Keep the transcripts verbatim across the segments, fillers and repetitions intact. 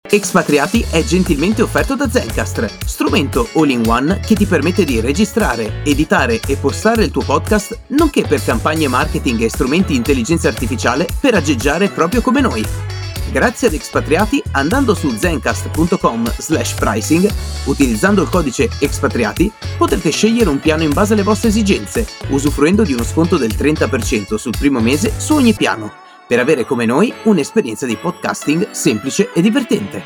Expatriati è gentilmente offerto da Zencastr, strumento all-in-one che ti permette di registrare, editare e postare il tuo podcast, nonché per campagne marketing e strumenti di intelligenza artificiale per aggeggiare proprio come noi. Grazie ad Expatriati, andando su zencastr punto com slash pricing, utilizzando il codice Expatriati, potrete scegliere un piano in base alle vostre esigenze, usufruendo di uno sconto del trenta per cento sul primo mese su ogni piano, per avere come noi un'esperienza di podcasting semplice e divertente.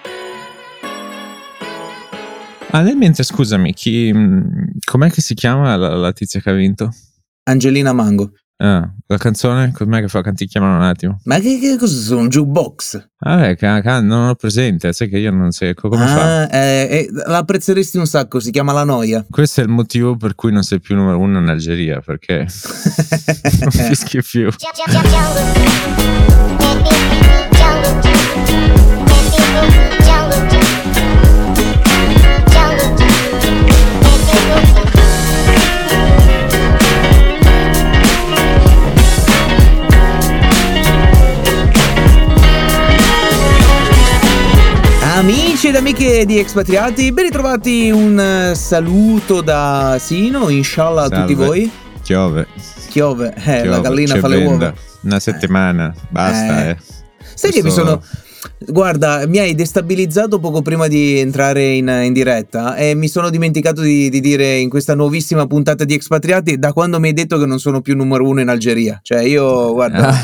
Ah, nel mentre, scusami, chi, com'è che si chiama la, la tizia che ha vinto? Angelina Mango. Ah, la canzone? Com'è che fa? Canticchiamela un attimo. Ma che, che cosa sono? Un jukebox? Ah, beh, ca- ca- non ho presente, sai che io non so come ah, fa. Eh, eh, la apprezzeresti un sacco, si chiama La Noia. Questo è il motivo per cui non sei più numero uno in Algeria, perché non fischi più. Amici ed amiche di Expatriati, ben ritrovati, un saluto da Sino, inshallah. Salve. A tutti voi. Piove. Piove, eh, Piove, la gallina c'è fa le venda. uova. Una settimana, eh. basta. Eh. Eh. Sai Questo... che mi sono... Guarda, mi hai destabilizzato poco prima di entrare in, in diretta e mi sono dimenticato di, di dire in questa nuovissima puntata di Expatriati da quando mi hai detto che non sono più numero uno in Algeria. Cioè io, guarda... Ah.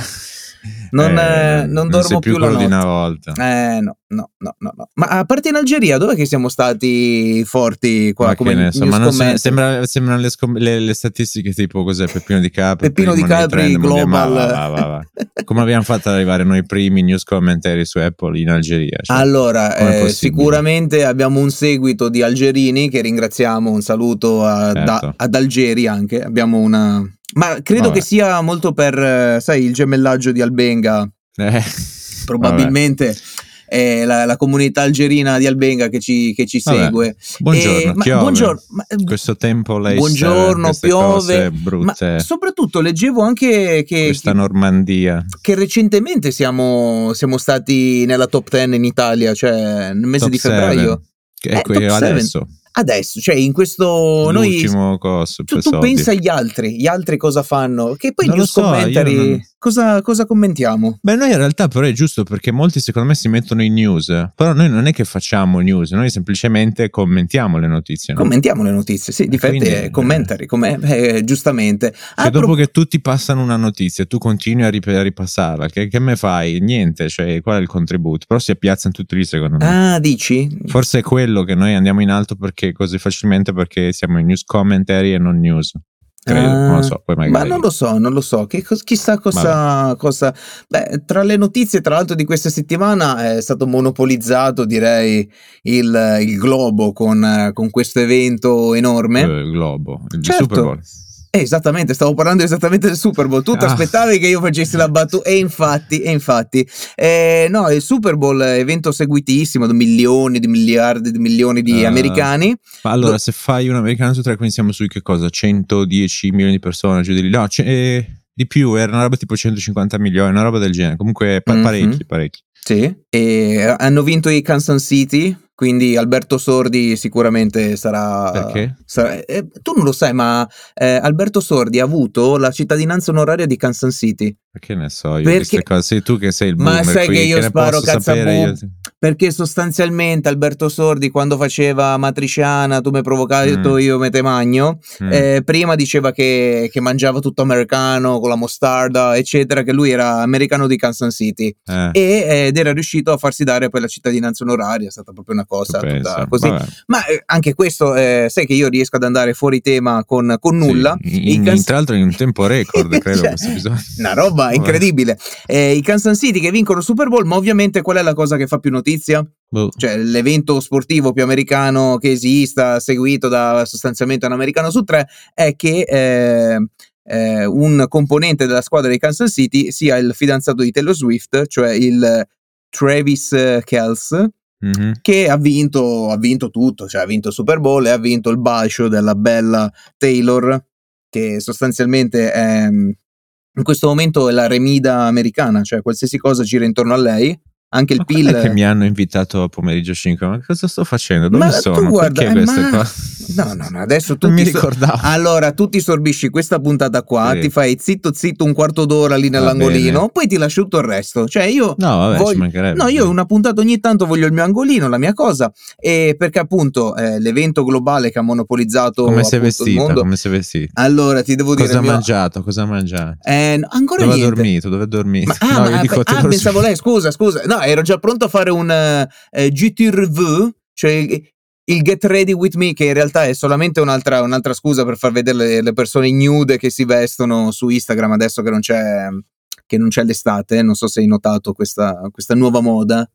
Non, eh, non, non dormo sei più più la quello notte. di una volta. Eh no, no, no, no, no. Ma a parte in Algeria, dov'è che siamo stati forti qua? Ma come che ne so, news ma non se- commenter? sembra, sembrano le, scom- le, le statistiche tipo cos'è Peppino di Capri, Peppino di primo nei Capri, trend mondiali. Global. Ma va, va, va, va. Come abbiamo fatto ad arrivare noi primi news commentary su Apple in Algeria? Cioè, Allora, com'è eh, possibile? sicuramente abbiamo un seguito di algerini che ringraziamo, un saluto a, Certo. da, ad Algeri anche. Abbiamo una... Ma credo Vabbè. che sia molto per, eh, sai, il gemellaggio di Albenga. Eh, Probabilmente è la, la comunità algerina di Albenga che ci, che ci Vabbè. segue. Buongiorno, Eh, ma, piove. buongiorno, ma, Questo tempo lei buongiorno, queste piove, cose brutte, ma soprattutto leggevo anche che, questa che, Normandia. che recentemente siamo, siamo stati nella top dieci in Italia, cioè nel mese Top di febbraio. Che Eh, è quello top sette. adesso. Adesso, cioè in questo L'ultimo noi coso, tu, per tu soldi. pensa agli altri, gli altri cosa fanno? Che poi Non lo news so, io commentary non- cosa, cosa commentiamo? Beh, noi in realtà però è giusto perché molti secondo me si mettono in news, però noi non è che facciamo news, noi semplicemente commentiamo le notizie, no? Commentiamo le notizie, sì, difatti Quindi, è commentary, come, eh, giustamente. Cioè, Ah, dopo pro- che tutti passano una notizia e tu continui a, rip- a ripassarla, che, che me fai? Niente, cioè qual è il contributo? Però si appiazzano tutti lì secondo me. ah, dici? Forse è quello che noi andiamo in alto perché così facilmente perché siamo in news commentary e non news. Credo, Ah, non lo so, poi magari. Ma non lo so, non lo so, che cos- chissà cosa, cosa... Beh, tra le notizie, tra l'altro, di questa settimana è stato monopolizzato, direi, il, il globo con, eh, con questo evento enorme. Eh, il globo, il Certo. Super Bowl. Eh, esattamente, stavo parlando esattamente del Super Bowl. Tu ti Ah. aspettavi che io facessi la battuta? E infatti, e infatti. Eh, no, il Super Bowl è evento seguitissimo da milioni di miliardi di milioni di Uh, americani. Ma allora, Do- se fai un americano su tre, quindi siamo su che cosa? centodieci milioni di persone, giù di lì. No, ce- eh, di più, era una roba tipo centocinquanta milioni, una roba del genere. Comunque pa- Mhm. parecchi, parecchi. Sì, e hanno vinto i Kansas City, quindi Alberto Sordi sicuramente sarà... Perché? sarà- eh, tu non lo sai, ma eh, Alberto Sordi ha avuto la cittadinanza onoraria di Kansas City. Perché ne so io Perché- queste cose? Sei tu che sei il Ma boomer sai qui, che io ne sparo posso sapere cazzabu- io? Perché sostanzialmente Alberto Sordi, quando faceva Matriciana, tu mi hai provocato, Mm. io me te magno, Mm. eh, prima diceva che, che mangiava tutto americano con la mostarda, eccetera, che lui era americano di Kansas City. Eh, E, ed era riuscito a farsi dare poi la cittadinanza onoraria, è stata proprio una cosa tu tutta pensa. così. Vabbè. Ma eh, anche questo, eh, sai che io riesco ad andare fuori tema con, con nulla. Sì, I in, Kans- in- tra l'altro in un tempo record, credo, Cioè, questo episodio. una roba Vabbè. incredibile. Eh, I Kansas City che vincono il Super Bowl, ma ovviamente qual è la cosa che fa più notizia? Boh. Cioè l'evento sportivo più americano che esista, seguito da sostanzialmente un americano su tre, è che eh, eh, un componente della squadra di Kansas City sia il fidanzato di Taylor Swift, cioè il Travis Kelce, Mhm. che ha vinto, ha vinto tutto, cioè ha vinto il Super Bowl e ha vinto il bacio della bella Taylor, che sostanzialmente è, in questo momento è la remida americana, cioè qualsiasi cosa gira intorno a lei. anche il Ma P I L. quando è che mi hanno invitato a pomeriggio cinque? Ma cosa sto facendo? Dove Ma sono? tu guarda, Perché eh, queste ma... cose? No, no, no, adesso tu Non mi ti so- ricordavo. Allora, tu ti sorbisci questa puntata qua, Sì. ti fai zitto zitto un quarto d'ora lì Va nell'angolino, bene. poi ti lascio tutto il resto. Cioè io No, vabbè, ci voglio... mancherebbe. No, io sì. una puntata ogni tanto voglio il mio angolino, la mia cosa, e perché appunto eh, l'evento globale che ha monopolizzato Come sei appunto il vestita? mondo. Come sei vestita? Allora, ti devo dire Cosa il ha mio... mangiato? Cosa ha mangiato? Eh, no, ancora Dove ha niente. dormito? Dove ha dormito? Ma, ah, no, ma, io dico ah, Taylor pensavo Swift. lei, scusa, scusa. No, ero già pronto a fare un eh, G T R V, cioè il, il Get Ready With Me, che in realtà è solamente un'altra, un'altra scusa per far vedere le, le persone nude che si vestono su Instagram adesso che non c'è, che non c'è l'estate. Non so se hai notato questa, questa nuova moda.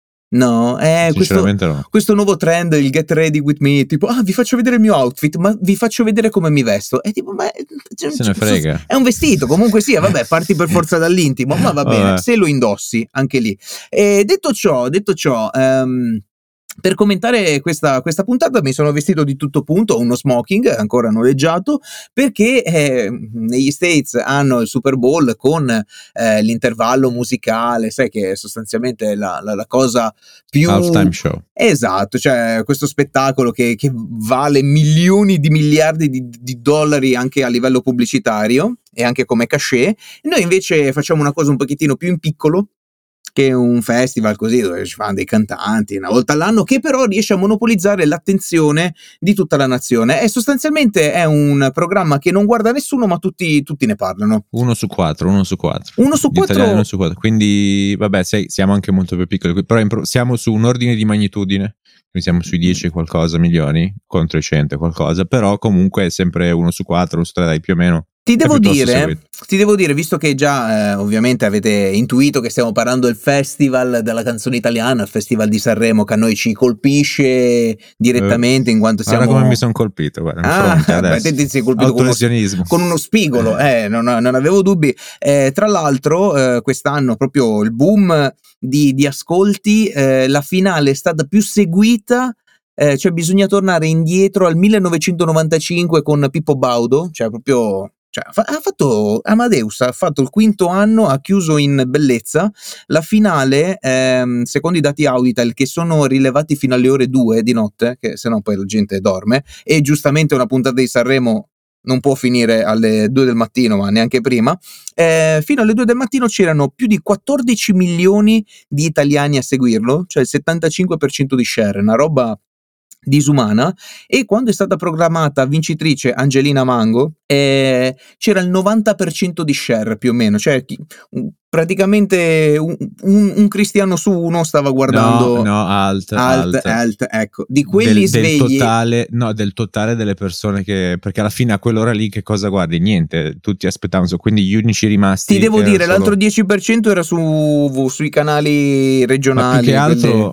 No, eh, questo, Sinceramente no. questo nuovo trend, il Get Ready With Me, tipo, ah, vi faccio vedere il mio outfit, ma vi faccio vedere come mi vesto. È tipo, ma cioè, Se ne frega. è un vestito, comunque sia, vabbè, parti per forza dall'intimo, ma va bene, Vabbè. se lo indossi, anche lì. E detto ciò, detto ciò, ehm, per commentare questa, questa puntata mi sono vestito di tutto punto, uno smoking ancora noleggiato, perché eh, negli States hanno il Super Bowl con eh, l'intervallo musicale, sai che è sostanzialmente la, la, la cosa più... Halftime show. Esatto, cioè questo spettacolo che, che vale milioni di miliardi di, di dollari anche a livello pubblicitario e anche come cachet. Noi invece facciamo una cosa un pochettino più in piccolo, che un festival così dove ci fanno dei cantanti una volta all'anno, che però riesce a monopolizzare l'attenzione di tutta la nazione. E sostanzialmente è un programma che non guarda nessuno, ma tutti, tutti ne parlano. Uno su quattro, uno su quattro. Uno su Gli italiani quattro. uno su quattro. Quindi, vabbè, sei, siamo anche molto più piccoli. Però impro- siamo su un ordine di magnitudine. Quindi siamo sui dieci e qualcosa milioni contro i cento e qualcosa. Però comunque è sempre uno su quattro, uno su tre, dai, più o meno. Ti devo, piuttosto dire, seguito. ti devo dire, visto che già eh, ovviamente avete intuito che stiamo parlando del festival della canzone italiana, il festival di Sanremo, che a noi ci colpisce direttamente, Eh, in quanto siamo... Guarda come mi sono colpito, guarda, in Ah, fronte adesso. beh, te ti sei colpito con uno, Autolesionismo. con uno spigolo, eh, non, non avevo dubbi. Eh, tra l'altro, eh, quest'anno proprio il boom di, di ascolti, eh, la finale è stata più seguita. Eh, cioè bisogna tornare indietro al millenovecentonovantacinque con Pippo Baudo, cioè proprio... Cioè, ha fatto Amadeus, ha fatto il quinto anno, ha chiuso in bellezza la finale, ehm, secondo i dati Auditel, che sono rilevati fino alle ore due di notte, che sennò poi la gente dorme, e giustamente una puntata di Sanremo non può finire alle due del mattino, ma neanche prima. Eh, fino alle due del mattino c'erano più di quattordici milioni di italiani a seguirlo, cioè il settantacinque per cento di share, una roba disumana. E quando è stata programmata vincitrice Angelina Mango, eh, c'era il novanta per cento di share più o meno, cioè chi, praticamente un, un, un cristiano su uno stava guardando. No, no, alt, alt, alt, alt ecco, di quelli del, svegli. Del totale, no, del totale delle persone che, perché alla fine a quell'ora lì che cosa guardi? Niente, tutti aspettavano, quindi gli unici rimasti. Ti devo dire, solo... l'altro dieci per cento era su, sui canali regionali. Ma più che altro... quelli...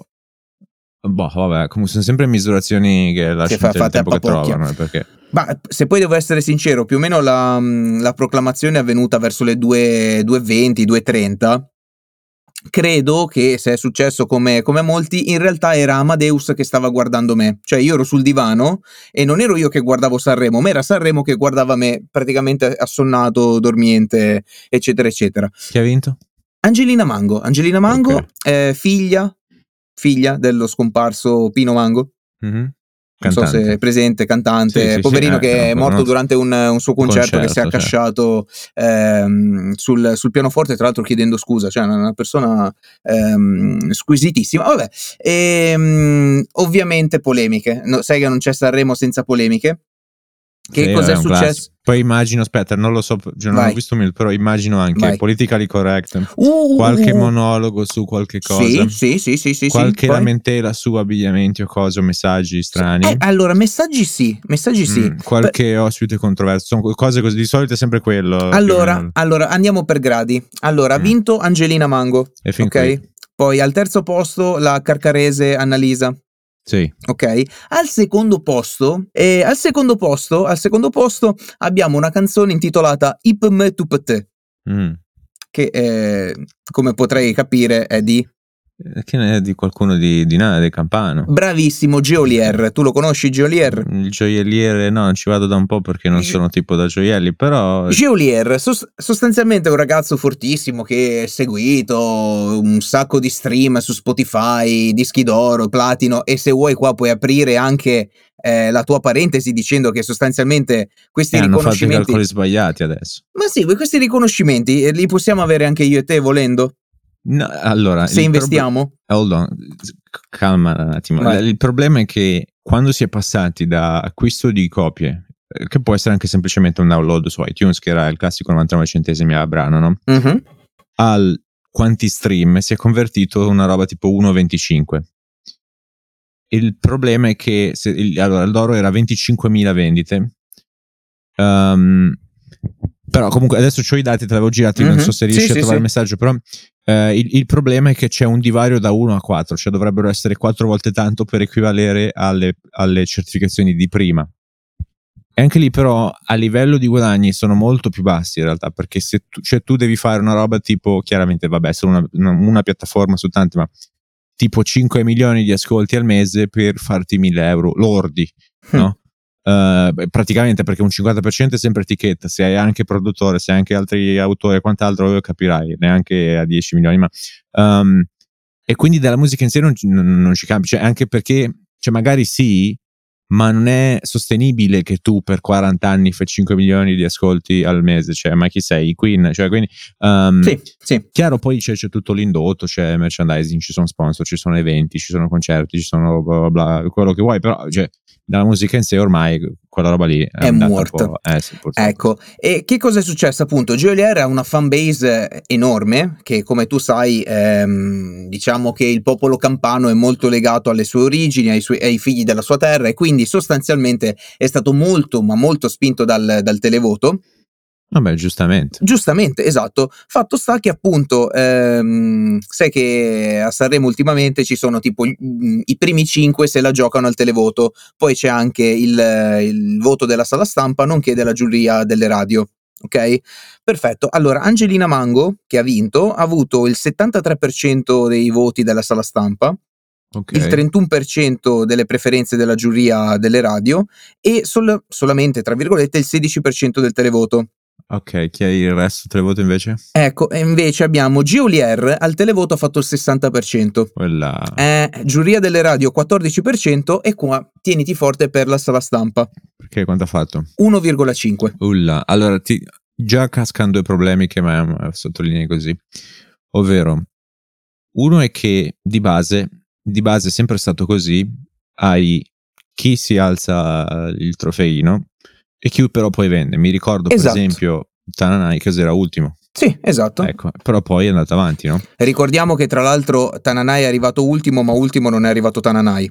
Boh, vabbè, comunque sono sempre misurazioni che lasciano fa, il tempo che trovano, perché... Ma se poi devo essere sincero, più o meno la, la proclamazione è avvenuta verso le due e venti, due e trenta. Credo che, se è successo come, come a molti, in realtà era Amadeus che stava guardando me. Cioè io ero sul divano e non ero io che guardavo Sanremo, ma era Sanremo che guardava me, praticamente assonnato, dormiente, eccetera eccetera. Chi ha vinto? Angelina Mango. Angelina Mango, okay. eh, figlia figlia dello scomparso Pino Mango. Mm-hmm. Non so se è presente, cantante, sì, sì, poverino, sì, che eh, è morto no, durante un, un suo concerto, concerto che si è accasciato, certo. ehm, sul, sul pianoforte, tra l'altro chiedendo scusa, cioè una persona ehm, squisitissima. Vabbè, e, ovviamente polemiche, no, sai che non c'è Sanremo senza polemiche. Che sì, cos'è è successo? Classico. Poi immagino, aspetta, non lo so, non Vai. ho visto mil, però immagino anche Vai. politically correct, uh, qualche uh, monologo su qualche cosa, sì, sì, sì, sì, qualche sì, lamentela su abbigliamenti o cose o messaggi strani. Eh, allora, messaggi sì, messaggi sì. Mm, qualche per... ospite controverso, sono cose così, di solito è sempre quello. Allora, allora andiamo per gradi. Allora, ha mm. vinto Angelina Mango, e fin ok? Qui. Poi al terzo posto la carcarese Annalisa. Sì. Ok, al secondo posto, eh, al secondo posto, al secondo posto abbiamo una canzone intitolata Ip Me Tupete, mm. che eh, come potrei capire è di Che ne è di qualcuno di, di Nave Campano? Bravissimo, Geolier. Tu lo conosci, Geolier? Il gioielliere, no, non ci vado da un po' perché non sono tipo da gioielli, però... Geolier, sost- sostanzialmente è un ragazzo fortissimo che è seguito, un sacco di stream su Spotify, dischi d'oro, platino, e se vuoi qua puoi aprire anche eh, la tua parentesi dicendo che sostanzialmente questi eh, hanno fatto i riconoscimenti... calcoli sbagliati adesso. Ma sì, questi riconoscimenti eh, li possiamo avere anche io e te volendo? No, allora, Se il investiamo? Prob- hold on, calma un attimo. Vai. Il problema è che quando si è passati da acquisto di copie, eh, che può essere anche semplicemente un download su iTunes, che era il classico novantanove centesimi a brano, no? Mhm. Al quanti stream si è convertito una roba tipo uno virgola venticinque. Il problema è che se, il, allora il loro era venticinquemila vendite. Um, però comunque adesso c'ho i dati, te l'avevo girati, Mhm. non so se riesci Sì, a sì, trovare sì. il messaggio, però eh, il, il problema è che c'è un divario da uno a quattro, cioè dovrebbero essere quattro volte tanto per equivalere alle, alle certificazioni di prima. E anche lì però a livello di guadagni sono molto più bassi in realtà, perché se tu, cioè, tu devi fare una roba tipo, chiaramente vabbè, sono una, una, una piattaforma su tante, ma tipo cinque milioni di ascolti al mese per farti mille euro lordi, no? Uh, praticamente, perché un cinquanta per cento è sempre etichetta, se hai anche produttore, se hai anche altri autori e quant'altro, capirai, neanche a dieci milioni, ma um, e quindi dalla musica in sé non, non, non ci cambi, cioè anche perché, cioè magari sì, ma non è sostenibile che tu per quaranta anni fai cinque milioni di ascolti al mese, cioè ma chi sei? I Queen? Cioè quindi um, Sì, sì. chiaro, poi c'è, c'è tutto l'indotto, c'è merchandising, ci sono sponsor, ci sono eventi, ci sono concerti, ci sono bla bla bla, quello che vuoi, però cioè dalla musica in sé ormai quella roba lì è, È morta. Eh, sì, purtroppo. Ecco, e che cosa è successo appunto? Geolier ha una fanbase enorme che, come tu sai, ehm, diciamo che il popolo campano è molto legato alle sue origini, ai, suoi, ai figli della sua terra, e quindi sostanzialmente è stato molto ma molto spinto dal, dal televoto. Vabbè, giustamente. Giustamente, esatto. Fatto sta che appunto, ehm, sai che a Sanremo ultimamente ci sono tipo i, i primi cinque se la giocano al televoto, poi c'è anche il, il voto della sala stampa, nonché della giuria delle radio. Ok? Perfetto. Allora, Angelina Mango, che ha vinto, ha avuto il settantatré per cento dei voti della sala stampa, Okay. il trentuno per cento delle preferenze della giuria delle radio e sol- solamente, tra virgolette, il sedici per cento del televoto. Ok, chi è il resto televoto invece? Ecco, e invece abbiamo Geolier, al televoto ha fatto il sessanta per cento. Quella... Eh, giuria delle radio quattordici per cento e qua tieniti forte per la sala stampa. Perché quanto ha fatto? uno virgola cinque. Ulla, allora ti... già cascano due problemi che ma sottolinei così. Ovvero, uno è che di base, di base è sempre stato così, hai chi si alza il trofeino e chi però poi vende. Mi ricordo Esatto. per esempio Tananai che era ultimo. Sì, esatto. Ecco, però poi è andato avanti, no? Ricordiamo che tra l'altro Tananai è arrivato ultimo, ma ultimo non è arrivato Tananai.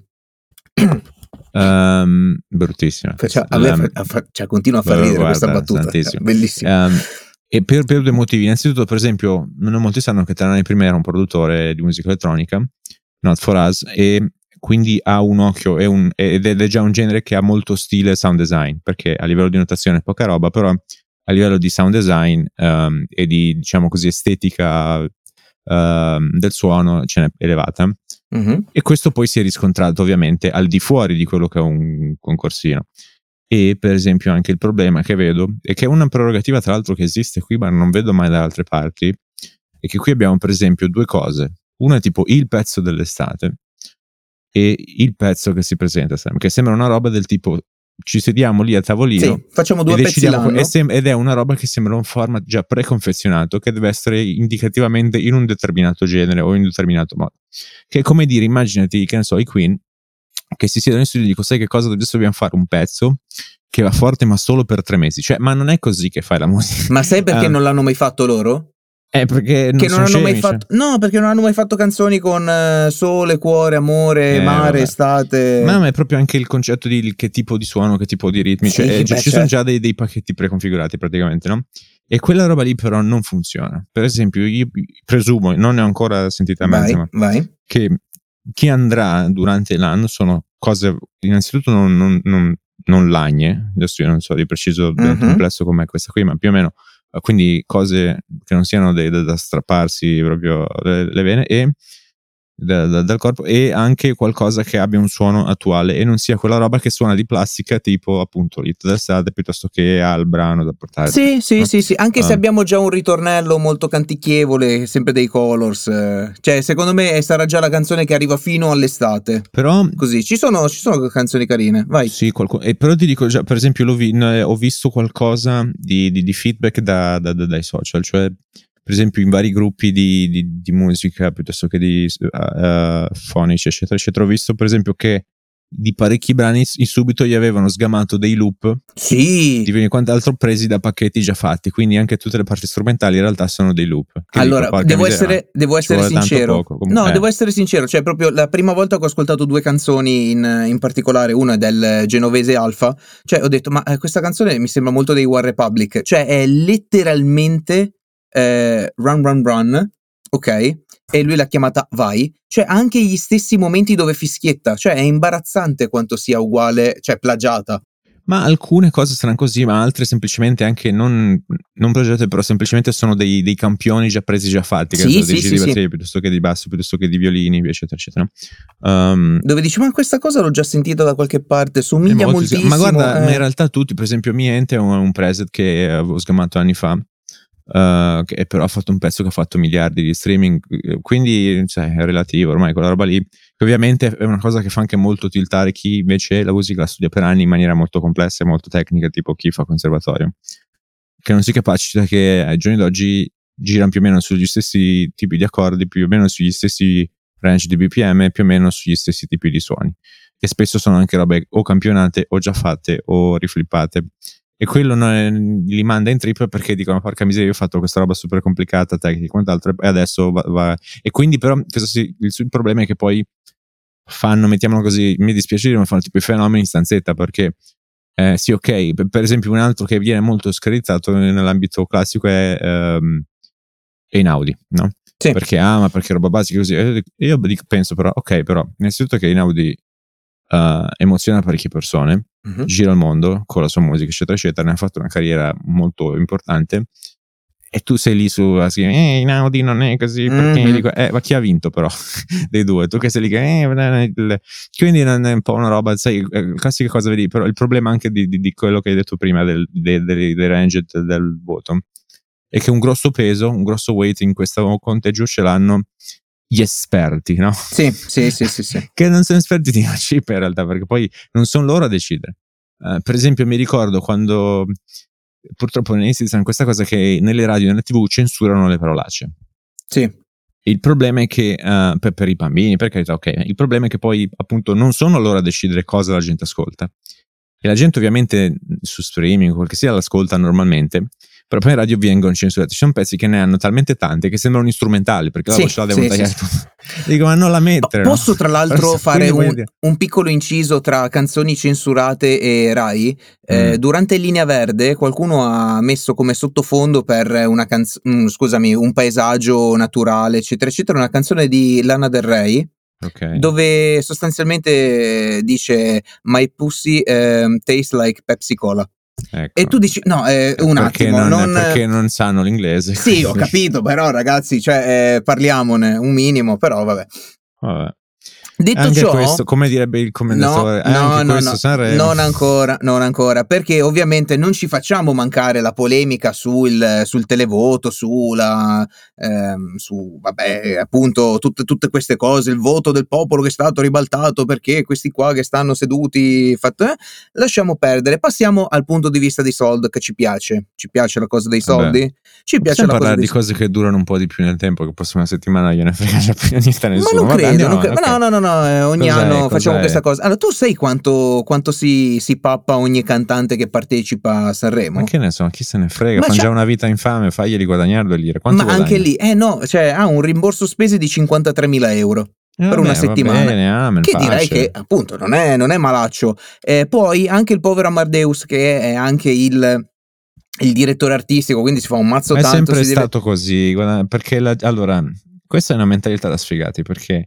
Um, bruttissima. Cioè, a me um, fa, fa, cioè, continua a far ridere guarda, questa battuta. santissimo. Bellissima. Um, e per, per due motivi. Innanzitutto, per esempio, non molti sanno che Tananai prima era un produttore di musica elettronica, Not For Us, e quindi ha un occhio è un, ed è già un genere che ha molto stile sound design, perché a livello di notazione è poca roba, però a livello di sound design um, e di, diciamo così, estetica um, del suono ce n'è elevata. Mm-hmm. E questo poi si è riscontrato ovviamente al di fuori di quello che è un concorsino. E per esempio anche il problema che vedo, e che è una prerogativa tra l'altro che esiste qui ma non vedo mai da altre parti, è che qui abbiamo per esempio due cose. Una è tipo il pezzo dell'estate e il pezzo che si presenta, che sembra una roba del tipo ci sediamo lì a tavolino, sì, facciamo due e pezzi l'anno. E sem- ed è una roba che sembra un format già preconfezionato che deve essere indicativamente in un determinato genere o in un determinato modo, che è come dire, immaginati che ne so i Queen che si siedono in studio e dico sai che cosa, adesso dobbiamo fare un pezzo che va forte ma solo per tre mesi, cioè ma non è così che fai la musica. Ma sai perché um, non l'hanno mai fatto loro? Eh, perché non, che non hanno scemi, mai fatto cioè. no perché non hanno mai fatto canzoni con uh, sole, cuore, amore, eh, mare, vabbè. estate. Ma, ma è proprio anche il concetto di che tipo di suono, che tipo di ritmi, sì, cioè, beh, ci certo. sono già dei, dei pacchetti preconfigurati praticamente, no? E quella roba lì però non funziona. Per esempio io presumo, non ne ho ancora sentita vai, mezza, ma vai. che chi andrà durante l'anno sono cose innanzitutto non, non, non, non lagne, adesso io non so di preciso del Mm-hmm. complesso com'è questa qui, ma più o meno quindi cose che non siano de, de, da strapparsi proprio le, le vene, e da, da, dal corpo, e anche qualcosa che abbia un suono attuale e non sia quella roba che suona di plastica, tipo appunto l'hit d'estate, piuttosto che al brano da portare. Sì, sì, no? sì, sì, anche um, se abbiamo già un ritornello molto canticchievole, sempre dei Colors, eh. Cioè secondo me sarà già la canzone che arriva fino all'estate. Però così ci sono, ci sono canzoni carine, vai. Sì, qualco- e però ti dico già, per esempio, l'ho vi- no, ho visto qualcosa di, di, di feedback da, da, da, dai social, cioè per esempio in vari gruppi di, di, di musica piuttosto che di uh, fonici, eccetera, eccetera. Ho visto per esempio che di parecchi brani in subito gli avevano sgamato dei loop, sì, di quant'altro presi da pacchetti già fatti, quindi anche tutte le parti strumentali in realtà sono dei loop. Che allora dico, devo miseria, essere, devo essere sincero poco, no eh. devo essere sincero, cioè proprio la prima volta che ho ascoltato due canzoni in, in particolare, una è del genovese Alpha, cioè ho detto ma eh, questa canzone mi sembra molto dei One Republic, cioè è letteralmente eh, Run Run Run, ok? E lui l'ha chiamata Vai, cioè anche gli stessi momenti dove fischietta, cioè è imbarazzante quanto sia uguale, cioè plagiata. Ma alcune cose saranno così, ma altre semplicemente anche non, non plagiate, però semplicemente sono dei, dei campioni già presi, già fatti, sì, che sì, dei sì, giri di sì. batteria piuttosto che di basso, piuttosto che di violini, eccetera, eccetera. Um, Dove dici, ma questa cosa l'ho già sentita da qualche parte, somiglia moltissimo. Ma guarda, eh. ma in realtà tutti, per esempio Miente è un, un preset che avevo sgamato anni fa, uh, che però ha fatto un pezzo che ha fatto miliardi di streaming, quindi cioè, è relativo ormai quella roba lì. Ovviamente è una cosa che fa anche molto tiltare chi invece la musica la studia per anni in maniera molto complessa e molto tecnica, tipo chi fa conservatorio, che non si capacita che ai giorni d'oggi girano più o meno sugli stessi tipi di accordi, più o meno sugli stessi range di B P M, più o meno sugli stessi tipi di suoni, che spesso sono anche robe o campionate o già fatte o riflippate. E quello non è, li manda in trip perché dicono porca miseria, io ho fatto questa roba super complicata, tecnica e quant'altro, e adesso va, va. E quindi però si, il, il problema è che poi fanno, mettiamolo così, mi dispiace dire, ma fanno tipo i fenomeni in stanzetta, perché eh, sì, ok, per, per esempio un altro che viene molto screditato nell'ambito classico è um, Einaudi, no? Sì. Perché ah, ma perché roba basica così. Io penso però, ok, però innanzitutto che Einaudi uh, emoziona parecchie persone, uh-huh. gira il mondo con la sua musica, eccetera, eccetera, ne ha fatto una carriera molto importante. E tu sei lì su a scrivere, eh, Einaudi non è così, perché mm-hmm. dico, eh, ma chi ha vinto però dei due? Tu che sei lì che, eh, quindi non è un po' una roba, sai, classica cosa vedi, però il problema anche di, di, di quello che hai detto prima del, dei, dei, dei range del voto è che un grosso peso, un grosso weight in questo conteggio ce l'hanno gli esperti, no? Sì, sì, sì, sì, sì. Che non sono esperti di una chip in realtà, perché poi non sono loro a decidere. Uh, per esempio mi ricordo quando purtroppo all'inizio dicono questa cosa che nelle radio e nelle tv censurano le parolacce. Sì. Il problema è che uh, per, per i bambini, per carità, ok, il problema è che poi appunto non sono loro a decidere cosa la gente ascolta, e la gente ovviamente su streaming quel che sia l'ascolta normalmente, però poi in radio vengono censurati. Ci sono pezzi che ne hanno talmente tante che sembrano strumentali, perché la sì, voce la devono sì, tagliare sì, tutto. Dico, ma non la mettere. Posso no? tra l'altro fare un, un piccolo inciso tra canzoni censurate e Rai? Eh, mm. Durante Linea Verde qualcuno ha messo come sottofondo per una canzone, mm, scusami, un paesaggio naturale, eccetera, eccetera, una canzone di Lana Del Rey. Okay. Dove sostanzialmente dice My pussy eh, tastes like Pepsi Cola. Ecco. E tu dici no, eh, un perché attimo non, non... perché non sanno l'inglese. Sì, ho capito, però ragazzi, cioè, eh, parliamone un minimo, però vabbè. Vabbè. Detto anche ciò, questo, come direbbe il commendatore, no, no, anche no, questo no, Sanremo. non ancora, non ancora, perché ovviamente non ci facciamo mancare la polemica sul, sul televoto, sulla, ehm, su, vabbè, appunto, tutte, tutte queste cose, il voto del popolo che è stato ribaltato perché questi qua che stanno seduti, fatto, eh, lasciamo perdere, passiamo al punto di vista dei soldi che ci piace, ci piace la cosa dei soldi, vabbè. ci piace Possiamo la parlare cosa di cose che durano un po' di più nel tempo, che prossima settimana gliene frega più niente a nessuno. Ma non Vabbè, credo, non cre- okay. no, no, no, no, eh, ogni cos'è, anno cos'è? facciamo questa cosa. Allora, tu sai quanto, quanto si, si pappa ogni cantante che partecipa a Sanremo? Ma che ne so, chi se ne frega, Ma fanno c'ha... già una vita infame, faglieli guadagnare due lire. Quanto Ma guadagna? anche lì, eh no, cioè ha un rimborso spese di cinquantatremila euro. Eh, per vabbè, una settimana, va bene, amen, che pace. direi che appunto non è, non è malaccio. Eh, poi anche il povero Amadeus, che è anche il, il direttore artistico, quindi si fa un mazzo è tanto. È sempre si stato deve... così, perché la, allora, questa è una mentalità da sfigati, perché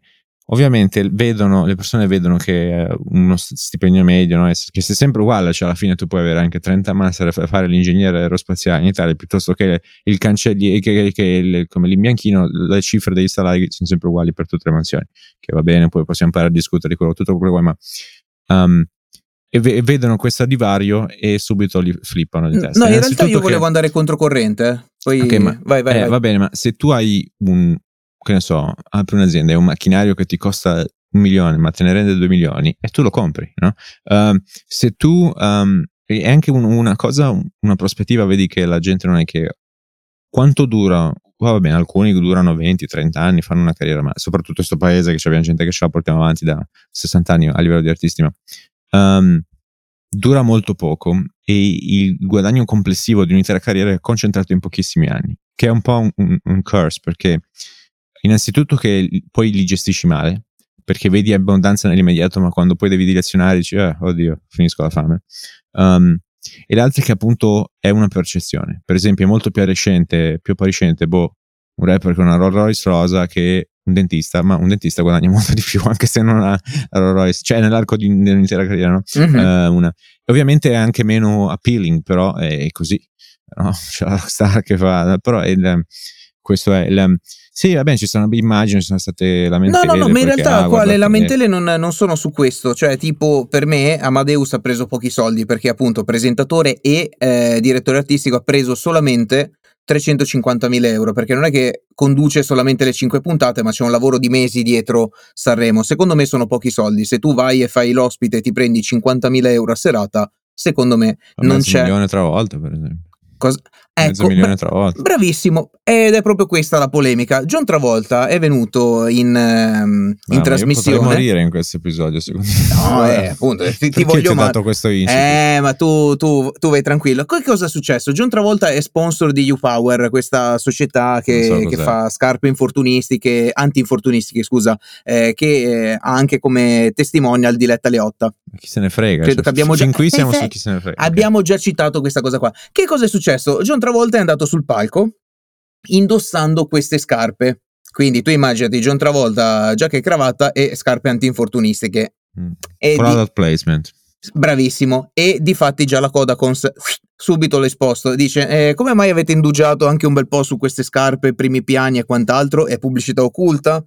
ovviamente vedono, le persone vedono che uno stipendio medio, no, che se sempre uguale, cioè alla fine tu puoi avere anche trenta master e fare l'ingegnere aerospaziale in Italia piuttosto che il cancelliere, che, che il, come l'imbianchino, le cifre degli salari sono sempre uguali per tutte le mansioni, che va bene, poi possiamo parlare a discutere di quello, tutto quello che vuoi, ma um, e, ve- e vedono questo divario e subito li flippano di testa. No, in realtà io volevo che... andare controcorrente, poi okay, ma, vai, vai, eh, vai. Va bene, ma se tu hai un, che ne so, apri un'azienda, è un macchinario che ti costa un milione, ma te ne rende due milioni e tu lo compri, no? Uh, se tu um, è anche un, una cosa, una prospettiva, vedi che la gente non è che quanto dura, va bene, alcuni durano venti trenta anni, fanno una carriera, ma soprattutto in questo paese che abbiamo gente che ce la portiamo avanti da sessanta anni a livello di artisti, ma um, dura molto poco e il guadagno complessivo di un'intera carriera è concentrato in pochissimi anni, che è un po' un, un, un curse, perché innanzitutto che poi li gestisci male, perché vedi abbondanza nell'immediato, ma quando poi devi direzionare dici eh, oddio, finisco la fame. Um, e l'altro è che appunto è una percezione. Per esempio è molto più appariscente, più appariscente boh, un rapper con una Rolls Royce rosa che un dentista, ma un dentista guadagna molto di più anche se non ha la Rolls Royce, cioè nell'arco di un'intera carriera, no? Mm-hmm. Uh, una. Ovviamente è anche meno appealing, però è così, no? C'è la rockstar che fa, però è il, questo è il, sì, va bene, ci sono immagini, ci sono state lamentele. No, no, no, ma in perché, realtà ah, qua le lamentele eh. non, non sono su questo, cioè tipo per me Amadeus ha preso pochi soldi perché appunto presentatore e eh, direttore artistico ha preso solamente trecentocinquantamila euro, perché non è che conduce solamente le cinque puntate, ma c'è un lavoro di mesi dietro Sanremo. Secondo me sono pochi soldi, se tu vai e fai l'ospite e ti prendi cinquantamila euro a serata, secondo me Ma non mezzo c'è... milione tra volte, per esempio. Cosa? Mezzo Ecco, milione bra- tra volte. Bravissimo, ed è proprio questa la polemica. John Travolta è venuto in, um, in ah, trasmissione. Ma io potrei morire in questo episodio, secondo me. No, eh, appunto, ti, ti voglio ti ho ma- dato questo incipit? Eh, ma tu, tu, tu vai tranquillo. Che cosa è successo? John Travolta è sponsor di U-Power, questa società che, so che fa scarpe infortunistiche, anti-infortunistiche, scusa, eh, che eh, ha anche come testimonial Diletta Leotta. Ma chi se ne frega? Credo Cioè, che abbiamo fin già... qui siamo eh, su chi se ne frega. Abbiamo okay. già citato questa cosa qua. Che cosa è successo? John Travolta è andato sul palco indossando queste scarpe. Quindi tu immaginati John Travolta, giacca e cravatta e scarpe antinfortunistiche. Mm. Product di... placement. Bravissimo. E difatti già la Kodakons subito l'ha esposto. Dice, eh, come mai avete indugiato anche un bel po' su queste scarpe, primi piani e quant'altro? È pubblicità occulta?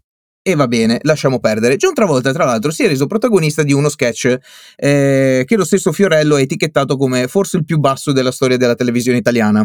E va bene, lasciamo perdere. John Travolta, tra l'altro, si è reso protagonista di uno sketch eh, che lo stesso Fiorello ha etichettato come forse il più basso della storia della televisione italiana.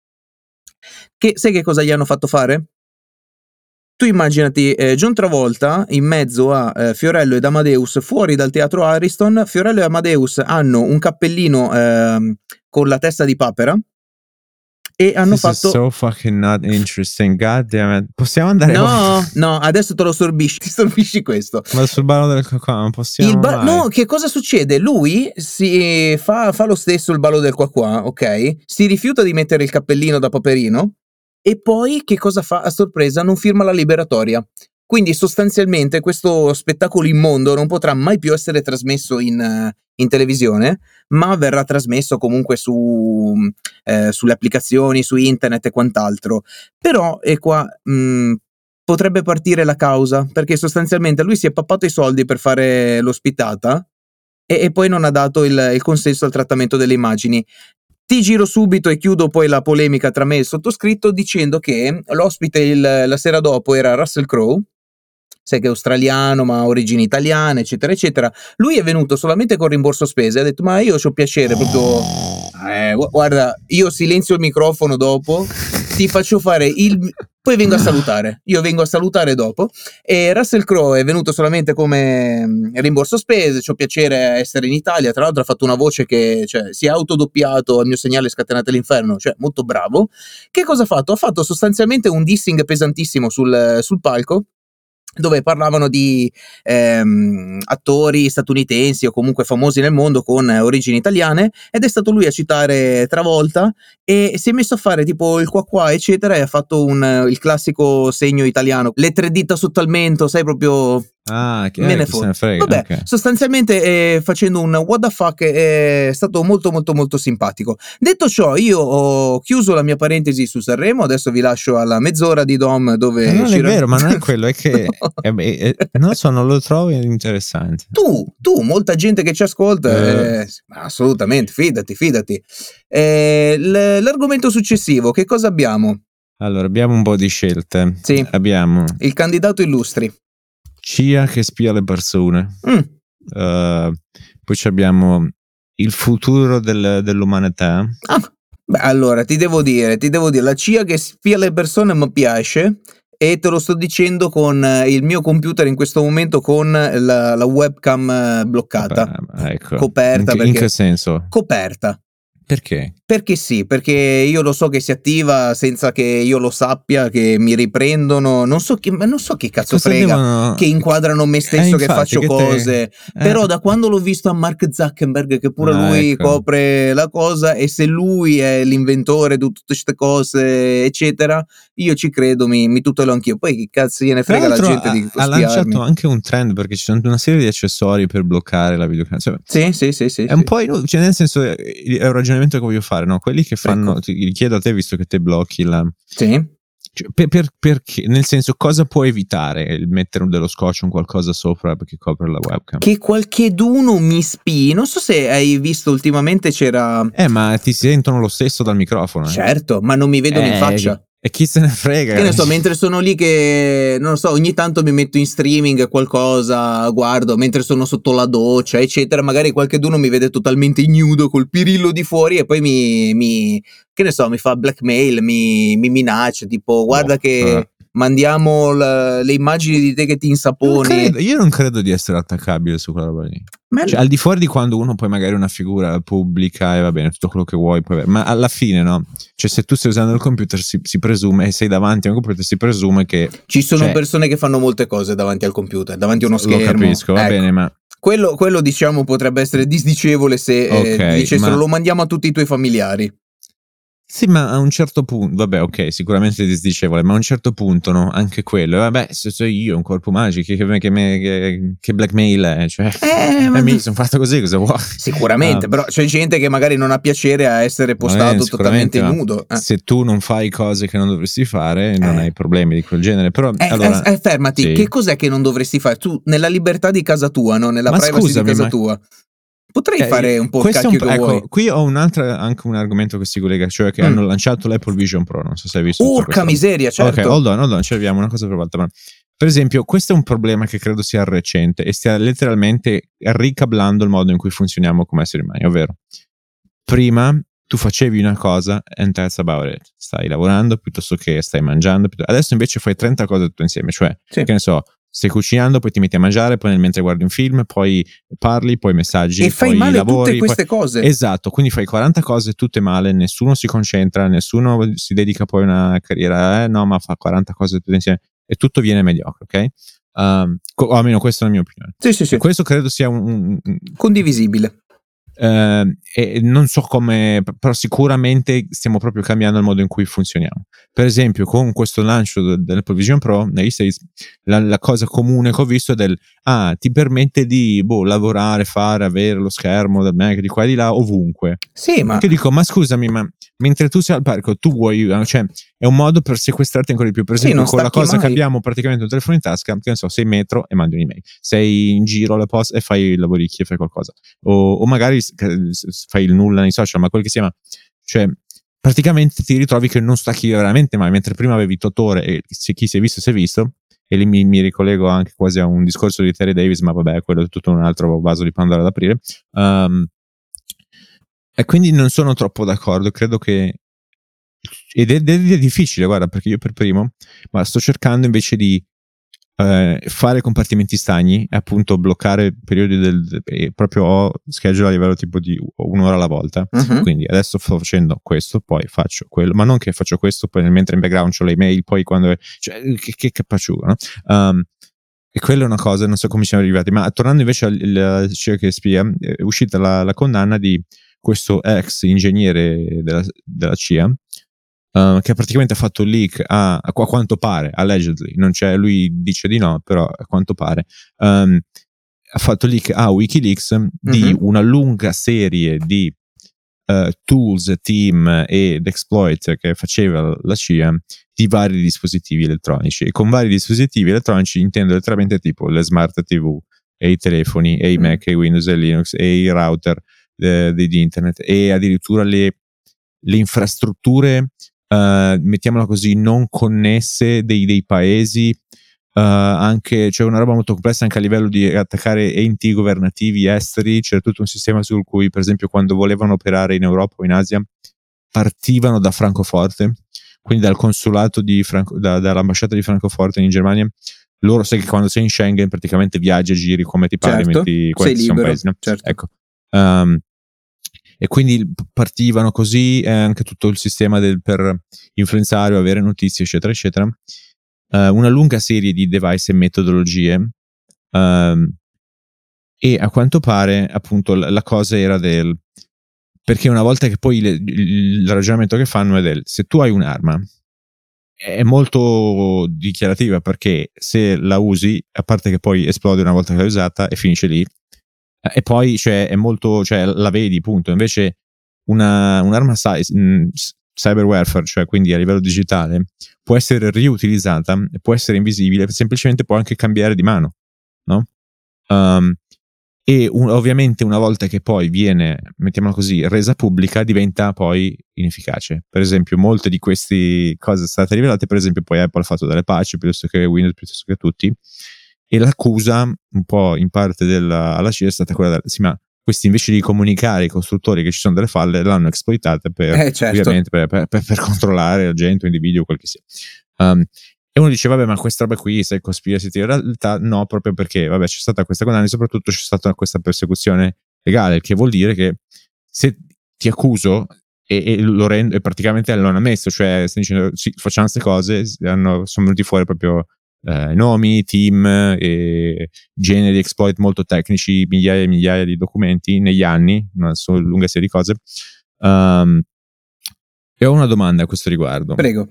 Che sai che cosa gli hanno fatto fare? Tu immaginati eh, John Travolta in mezzo a eh, Fiorello ed Amadeus fuori dal teatro Ariston. Fiorello e Amadeus hanno un cappellino eh, con la testa di papera e hanno This fatto is so fucking not interesting, god damn it. Possiamo andare no avanti? no adesso te lo sorbisci, ti sorbisci questo. Ma sul ballo del qua non possiamo il ba- mai. no, che cosa succede? Lui si fa, fa lo stesso il ballo del qua qua, ok? Si rifiuta di mettere il cappellino da paperino e poi che cosa fa? A sorpresa non firma la liberatoria. Quindi sostanzialmente questo spettacolo immondo non potrà mai più essere trasmesso in, in televisione, ma verrà trasmesso comunque su, eh, sulle applicazioni, su internet e quant'altro. Però e qua mh, potrebbe partire la causa, perché sostanzialmente lui si è pappato i soldi per fare l'ospitata e, e poi non ha dato il, il consenso al trattamento delle immagini. Ti giro subito e chiudo poi la polemica tra me e il sottoscritto dicendo che l'ospite il, la sera dopo era Russell Crowe, sai che è australiano ma ha origini italiane eccetera eccetera. Lui è venuto solamente con rimborso spese, ha detto ma io c'ho piacere proprio eh, guarda, io silenzio il microfono dopo, ti faccio fare il poi vengo a salutare, io vengo a salutare dopo. E Russell Crowe è venuto solamente come rimborso spese, c'ho piacere essere in Italia, tra l'altro ha fatto una voce che cioè, si è autodoppiato al mio segnale scatenate l'inferno, cioè molto bravo. Che cosa ha fatto? Ha fatto sostanzialmente un dissing pesantissimo sul, sul palco, dove parlavano di ehm, attori statunitensi o comunque famosi nel mondo con origini italiane, ed è stato lui a citare Travolta e si è messo a fare tipo il qua qua eccetera, e ha fatto un, il classico segno italiano, le tre dita sotto al mento, sai, proprio Ah, che, me eh, ne chi se foto. ne frega. Vabbè, ok. sostanzialmente eh, facendo un what the fuck è stato molto molto molto simpatico. Detto ciò, io ho chiuso la mia parentesi su Sanremo, adesso vi lascio alla mezz'ora di Dom dove Ma non ci è ra- vero, ma non è quello, è che No. eh, beh, eh, non lo so, non lo trovo interessante. Tu, tu, molta gente che ci ascolta, Eh. eh, ma assolutamente, fidati, fidati. Eh, l- l'argomento successivo, che cosa abbiamo? Allora, abbiamo un po' di scelte. Sì. Abbiamo Il candidato illustri. C I A che spia le persone. Mm. Uh, poi ci abbiamo il futuro del- dell'umanità. Ah, beh, allora ti devo dire, ti devo dire, la C I A che spia le persone mi piace, e te lo sto dicendo con eh, il mio computer in questo momento con la, la webcam eh, bloccata. Vabbè, ecco. Coperta, in, che- in perché che senso? coperta. Perché? Perché sì, perché io lo so che si attiva senza che io lo sappia, che mi riprendono, non so che, ma non so che cazzo Cosa frega, devono- che inquadrano me Eh, stesso, che infatti, faccio che te- cose. eh. Però da quando l'ho visto a Mark Zuckerberg, che pure Ah, lui ecco. copre la cosa, e se lui è l'inventore di tutte queste cose, eccetera, io ci credo, mi, mi tutelo anch'io. Poi che cazzo gliene Tra frega la l'altro gente ha, di ha spiarmi. lanciato anche un trend, perché ci sono una serie di accessori per bloccare la videocamera. Cioè, Sì, sì, sì, sì. è sì. un po' inutile, cioè, nel senso, è è un ragionamento che voglio fare, no? Quelli che fanno, Ecco. ti chiedo a te, visto che te blocchi la, Sì. cioè, per, per- perché, nel senso, cosa può evitare il mettere dello scotch o un qualcosa sopra perché copre la webcam? Che qualcheduno mi spii. Non so se hai visto ultimamente c'era. Eh, ma ti sentono lo stesso dal microfono. Eh. Certo, ma non mi vedono in Eh, faccia. E chi se ne frega? Che ne so, mentre sono lì che, non lo so, ogni tanto mi metto in streaming qualcosa, guardo, mentre sono sotto la doccia, eccetera, magari qualcheduno mi vede totalmente ignudo col pirillo di fuori e poi mi, mi che ne so, mi fa blackmail, mi, mi minaccia, tipo, guarda Oh, che eh. mandiamo la- le immagini di te che ti Non insaponi. credo- io non credo di essere attaccabile su quella roba lì. Ma- Cioè, al di fuori di quando uno poi magari è una figura pubblica e va bene, tutto quello che vuoi, puoi avere. Ma alla fine, no? Cioè, se tu stai usando il computer, si, si presume, e sei davanti a un computer, si presume che. Ci sono cioè, persone che fanno molte cose davanti al computer, davanti a uno schermo. Lo capisco, va Ecco. bene, ma. Quello, quello diciamo potrebbe essere disdicevole se eh, Ok, dicessero ma- lo mandiamo a tutti i tuoi familiari. Sì, ma a un certo punto, vabbè, ok, sicuramente disdicevole, ma a un certo punto, no? Anche quello, vabbè, se sono io, un corpo magico, che, che, che, che blackmail è, cioè, Eh, eh, ma- mi sono fatto così, cosa vuoi? Sicuramente, Ah. però c'è gente che magari non ha piacere a essere postato Eh, totalmente sicuramente, ma nudo. Eh. Se tu non fai cose che non dovresti fare, non Eh. hai problemi di quel genere. Però Eh, allora, eh, eh, fermati, sì. che cos'è che non dovresti fare? Tu, nella libertà di casa tua, no? Nella Ma privacy scusami, di casa ma- tua, potrei Eh, fare un po' il questo è un cacchio po'- che ecco, vuoi. qui ho un'altra, anche un argomento che si collega, cioè che Mm. hanno lanciato l'Apple Vision Pro, non so se hai visto tutta Urca questa- miseria, certo. Ok, hold on, hold on, ci arriviamo una cosa per volta. Ma per esempio, questo è un problema che credo sia recente e stia letteralmente ricablando il modo in cui funzioniamo come esseri umani, ovvero prima tu facevi una cosa and that's about it, stai lavorando piuttosto che stai mangiando, piuttosto- adesso invece fai trenta cose tutte insieme, cioè Sì. che ne so, stai cucinando, poi ti metti a mangiare, poi nel mentre guardi un film, poi parli, poi messaggi, E fai poi male lavori, tutte queste poi... cose. Esatto, quindi fai quaranta cose tutte male, nessuno si concentra, nessuno si dedica poi a una carriera, eh no, ma fa quaranta cose tutte insieme e tutto viene mediocre, ok? Um, co- o almeno questa è la mia opinione. Sì, sì, sì. E questo credo sia un, un- un- Condivisibile. eh, e non so come, però sicuramente stiamo proprio cambiando il modo in cui funzioniamo. Per esempio, con questo lancio de- dell'Apple Vision Pro negli States, la, la cosa comune che ho visto è del ah, ti permette di boh, lavorare, fare, avere lo schermo del Mac di qua e di là ovunque. Sì, ma Che dico, ma scusami, ma mentre tu sei al parco, tu vuoi, cioè, è un modo per sequestrarti ancora di più. Per Sì, esempio, non con la stacchi cosa che mai. abbiamo praticamente un telefono in tasca, che ne so, sei in metro e mandi un'email, sei in giro alla posta e fai lavoricchi e fai qualcosa, o, o magari s- s- fai il nulla nei social, ma quel che sia, ma cioè praticamente ti ritrovi che non stacchi veramente mai, mentre prima avevi Totore e se chi si è visto si è visto. E lì mi, mi ricollego anche quasi a un discorso di Terry Davis, ma vabbè, quello è tutto un altro vaso di Pandora ad aprire. Um, e quindi non sono troppo d'accordo, credo che ed è, ed è difficile, guarda, perché io per primo ma sto cercando invece di eh, fare compartimenti stagni e appunto bloccare periodi del, e proprio ho schedule a livello tipo di un'ora alla volta. Mhm. Quindi adesso sto facendo questo, poi faccio quello, ma non che faccio questo, poi nel mentre in background c'ho le email, poi quando cioè, che, che capacciugo, no? Um, e quella è una cosa, non so come siamo arrivati, ma tornando invece al C I A che spia, è uscita la, la condanna di questo ex ingegnere della, della C I A, uh, che praticamente ha fatto leak a, a quanto pare, allegedly, non c'è, lui dice di no, però a quanto pare, um, ha fatto leak a Wikileaks di Mhm. una lunga serie di uh, tools, team ed exploit che faceva la C I A di vari dispositivi elettronici. E con vari dispositivi elettronici intendo letteralmente tipo le smart tivù e i telefoni e i Mm. Mac e i Windows e Linux e i router eh, di, di internet, e addirittura le, le infrastrutture uh, mettiamola così non connesse dei, dei paesi. Uh, anche c'è una roba molto complessa anche a livello di attaccare enti governativi esteri. C'era tutto un sistema sul cui, per esempio, quando volevano operare in Europa o in Asia, partivano da Francoforte, quindi dal consolato di Franco, da, dall'ambasciata di Francoforte in Germania. Loro, sai che quando sei in Schengen praticamente viaggi, giri come ti pare, Certo, metti sei questi sono libero, paesi, no? certo. Ecco. Um, e quindi partivano così, eh, anche tutto il sistema del, per influenzare o avere notizie, eccetera, eccetera. Uh, una lunga serie di device e metodologie, um, e a quanto pare appunto la, la cosa era del, perché una volta che poi le, il, il ragionamento che fanno è del, se tu hai un'arma è molto dichiarativa, perché se la usi, a parte che poi esplode una volta che l'hai usata e finisce lì, e poi cioè è molto, cioè la vedi, punto. Invece una, un'arma size, mh, cyber warfare, cioè quindi a livello digitale, può essere riutilizzata, può essere invisibile, semplicemente può anche cambiare di mano, no? Um, e un, ovviamente una volta che poi viene, mettiamola così, resa pubblica, diventa poi inefficace. Per esempio molte di queste cose sono state rivelate, per esempio poi Apple ha fatto delle patch piuttosto che Windows, piuttosto che tutti, e l'accusa un po' in parte della, alla C I A è stata quella, sì, ma questi invece di comunicare ai costruttori che ci sono delle falle, l'hanno esploitata per, Eh, certo. ovviamente per, per, per, per controllare la gente o individui o quel che sia. Um, e uno dice, vabbè, ma questa roba qui, se è conspiracy theory, in realtà no, proprio perché, vabbè, c'è stata questa condanna e soprattutto c'è stata questa persecuzione legale, che vuol dire che se ti accuso e, e lo rendo, e praticamente l'hanno ammesso, cioè stanno dicendo, sì, facciamo queste cose, hanno, sono venuti fuori proprio eh, nomi, team e generi di exploit molto tecnici, migliaia e migliaia di documenti negli anni, una so, lunga serie di cose. Um, e ho una domanda a questo riguardo. Prego.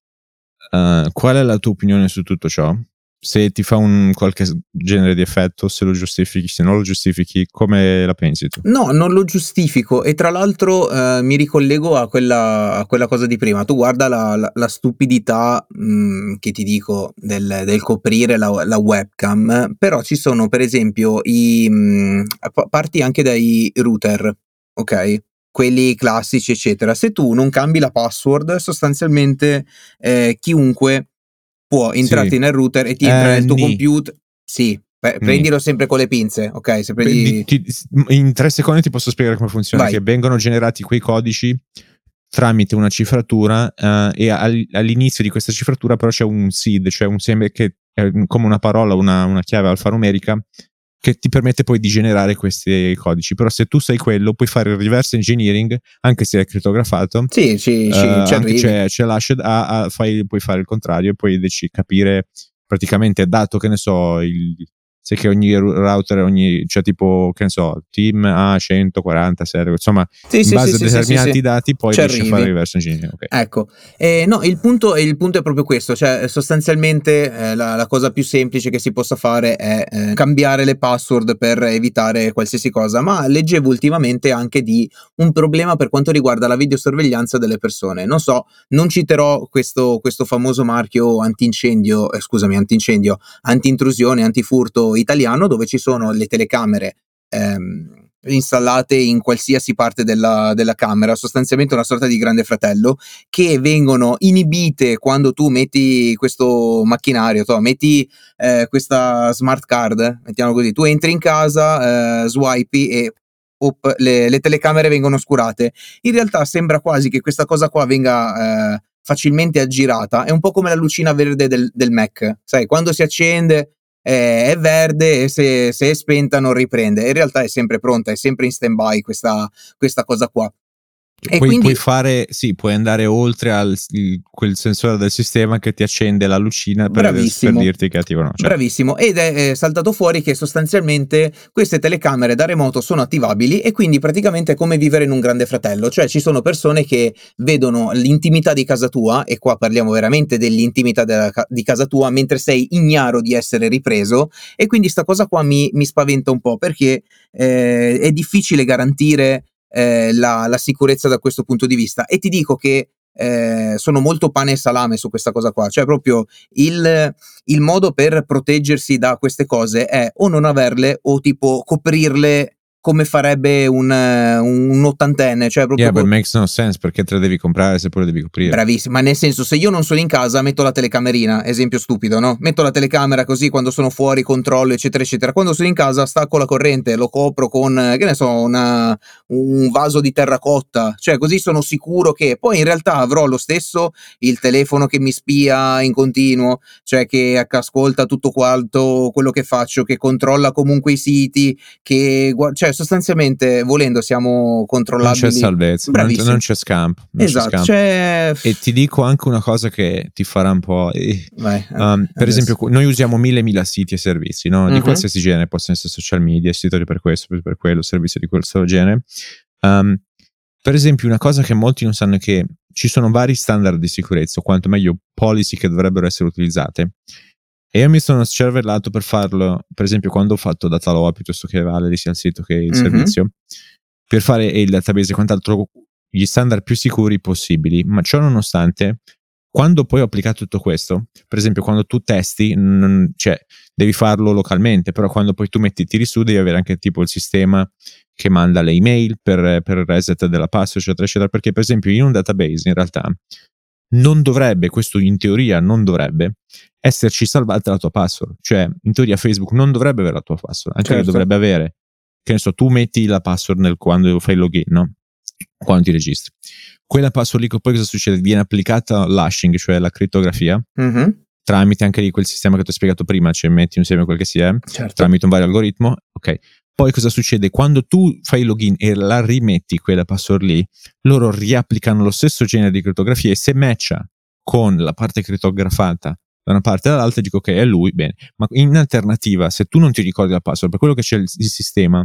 Uh, qual è la tua opinione su tutto ciò? Se ti fa un qualche genere di effetto, se lo giustifichi, se non lo giustifichi, come la pensi tu? No, non lo giustifico, e tra l'altro eh, mi ricollego a quella, a quella cosa di prima. Tu guarda la, la, la stupidità mh, che ti dico del, del coprire la, la webcam, però ci sono per esempio i mh, parti anche dai router, ok? Quelli classici eccetera. Se tu non cambi la password, sostanzialmente eh, chiunque può entrarti Sì. nel router e ti entra Eh, nel tuo ni. computer. Sì, pre- Ni. prendilo sempre con le pinze, ok? Se Beh, prendi... di- ti- in tre secondi ti posso spiegare come funziona. Vai. Che vengono generati quei codici tramite una cifratura, uh, e all- all'inizio di questa cifratura però c'è un seed, cioè un seme che è come una parola, una, una chiave alfanumerica che ti permette poi di generare questi codici. Però se tu sai quello, puoi fare il reverse engineering, anche se è criptografato. Sì, ci, uh, ci, ci anche arrivi. c'è, c'è l'hashed, a, a, fai, puoi fare il contrario e poi decidi capire praticamente, dato che ne so, il, sai che ogni router, ogni, cioè tipo, che ne so, team ha centoquaranta server, insomma, Sì, in sì, base sì, a sì, determinati sì, sì. dati poi Ci riesci arrivi. a fare il reverse engineering. Okay. Ecco, eh, no, il punto, il punto è proprio questo, cioè sostanzialmente eh, la, la cosa più semplice che si possa fare è eh, cambiare le password per evitare qualsiasi cosa, ma leggevo ultimamente anche di un problema per quanto riguarda la videosorveglianza delle persone. Non so, non citerò questo, questo famoso marchio antincendio, eh, scusami, antincendio, antintrusione, antifurto italiano, dove ci sono le telecamere ehm, installate in qualsiasi parte della, della camera, sostanzialmente una sorta di grande fratello, che vengono inibite quando tu metti questo macchinario, to, metti eh, questa smart card, mettiamo così, tu entri in casa, eh, swipi e op, le, le telecamere vengono oscurate. In realtà sembra quasi che questa cosa qua venga eh, facilmente aggirata, è un po' come la lucina verde del, del Mac, sai, quando si accende è verde e se, se è spenta non riprende. In realtà è sempre pronta, è sempre in stand by questa, questa cosa qua. E puoi, quindi puoi fare, sì, puoi andare oltre al il, quel sensore del sistema che ti accende la lucina per, per bravissimo, dirti che è attivo o no. Cioè, bravissimo, ed è, è saltato fuori che sostanzialmente queste telecamere da remoto sono attivabili e quindi praticamente è come vivere in un grande fratello, cioè ci sono persone che vedono l'intimità di casa tua, e qua parliamo veramente dell'intimità della, di casa tua, mentre sei ignaro di essere ripreso, e quindi sta cosa qua mi, mi spaventa un po', perché eh, è difficile garantire eh, la, la sicurezza da questo punto di vista, e ti dico che eh, sono molto pane e salame su questa cosa qua, cioè proprio il, il modo per proteggersi da queste cose è o non averle o tipo coprirle come farebbe un, un ottantenne, cioè proprio yeah, but co- it makes no sense, perché te le devi comprare se poi le devi coprire. bravissimo, ma nel senso, se io non sono in casa metto la telecamerina, esempio stupido, no? Metto la telecamera così quando sono fuori, controllo eccetera eccetera. Quando sono in casa stacco la corrente, lo copro con, che ne so, una, un vaso di terracotta, cioè così sono sicuro che poi in realtà avrò lo stesso il telefono che mi spia in continuo, cioè che ascolta tutto quanto quello che faccio, che controlla comunque i siti, che cioè sostanzialmente volendo siamo controllabili. Non c'è salvezza, non c'è, non c'è scampo. Non esatto, c'è scampo. C'è... E ti dico anche una cosa che ti farà un po'. Eh, Vai, um, per adesso. esempio, noi usiamo mille mila siti e servizi, no? Di Mhm. qualsiasi genere, possono essere social media, siti per questo, per quello, servizi di questo genere. Um, per esempio, una cosa che molti non sanno è che ci sono vari standard di sicurezza, o quanto meglio policy che dovrebbero essere utilizzate. E io mi sono scervellato per farlo, per esempio, quando ho fatto Dataloa piuttosto che Valerie, sia il sito che il Mhm. servizio, per fare il database e quant'altro gli standard più sicuri possibili. Ma ciò nonostante, quando poi ho applicato tutto questo, per esempio quando tu testi, non, cioè devi farlo localmente, però quando poi tu metti tiri su devi avere anche tipo il sistema che manda le email per, per il reset della password eccetera eccetera, perché per esempio in un database in realtà non dovrebbe, questo in teoria non dovrebbe esserci salvata la tua password, cioè in teoria Facebook non dovrebbe avere la tua password, anche Certo. che dovrebbe avere, che ne so, tu metti la password nel, quando fai il login, no? Quando ti registri, quella password lì poi cosa succede? Viene applicata l'hashing, cioè la crittografia, Mhm. tramite anche di quel sistema che ti ho spiegato prima, cioè metti insieme quel che sia, Certo. tramite un vario algoritmo, ok. Poi cosa succede? Quando tu fai il login e la rimetti quella password lì, loro riapplicano lo stesso genere di crittografia e se matcha con la parte crittografata da una parte e dall'altra dico ok è lui, bene. Ma in alternativa, se tu non ti ricordi la password, per quello che c'è il, il sistema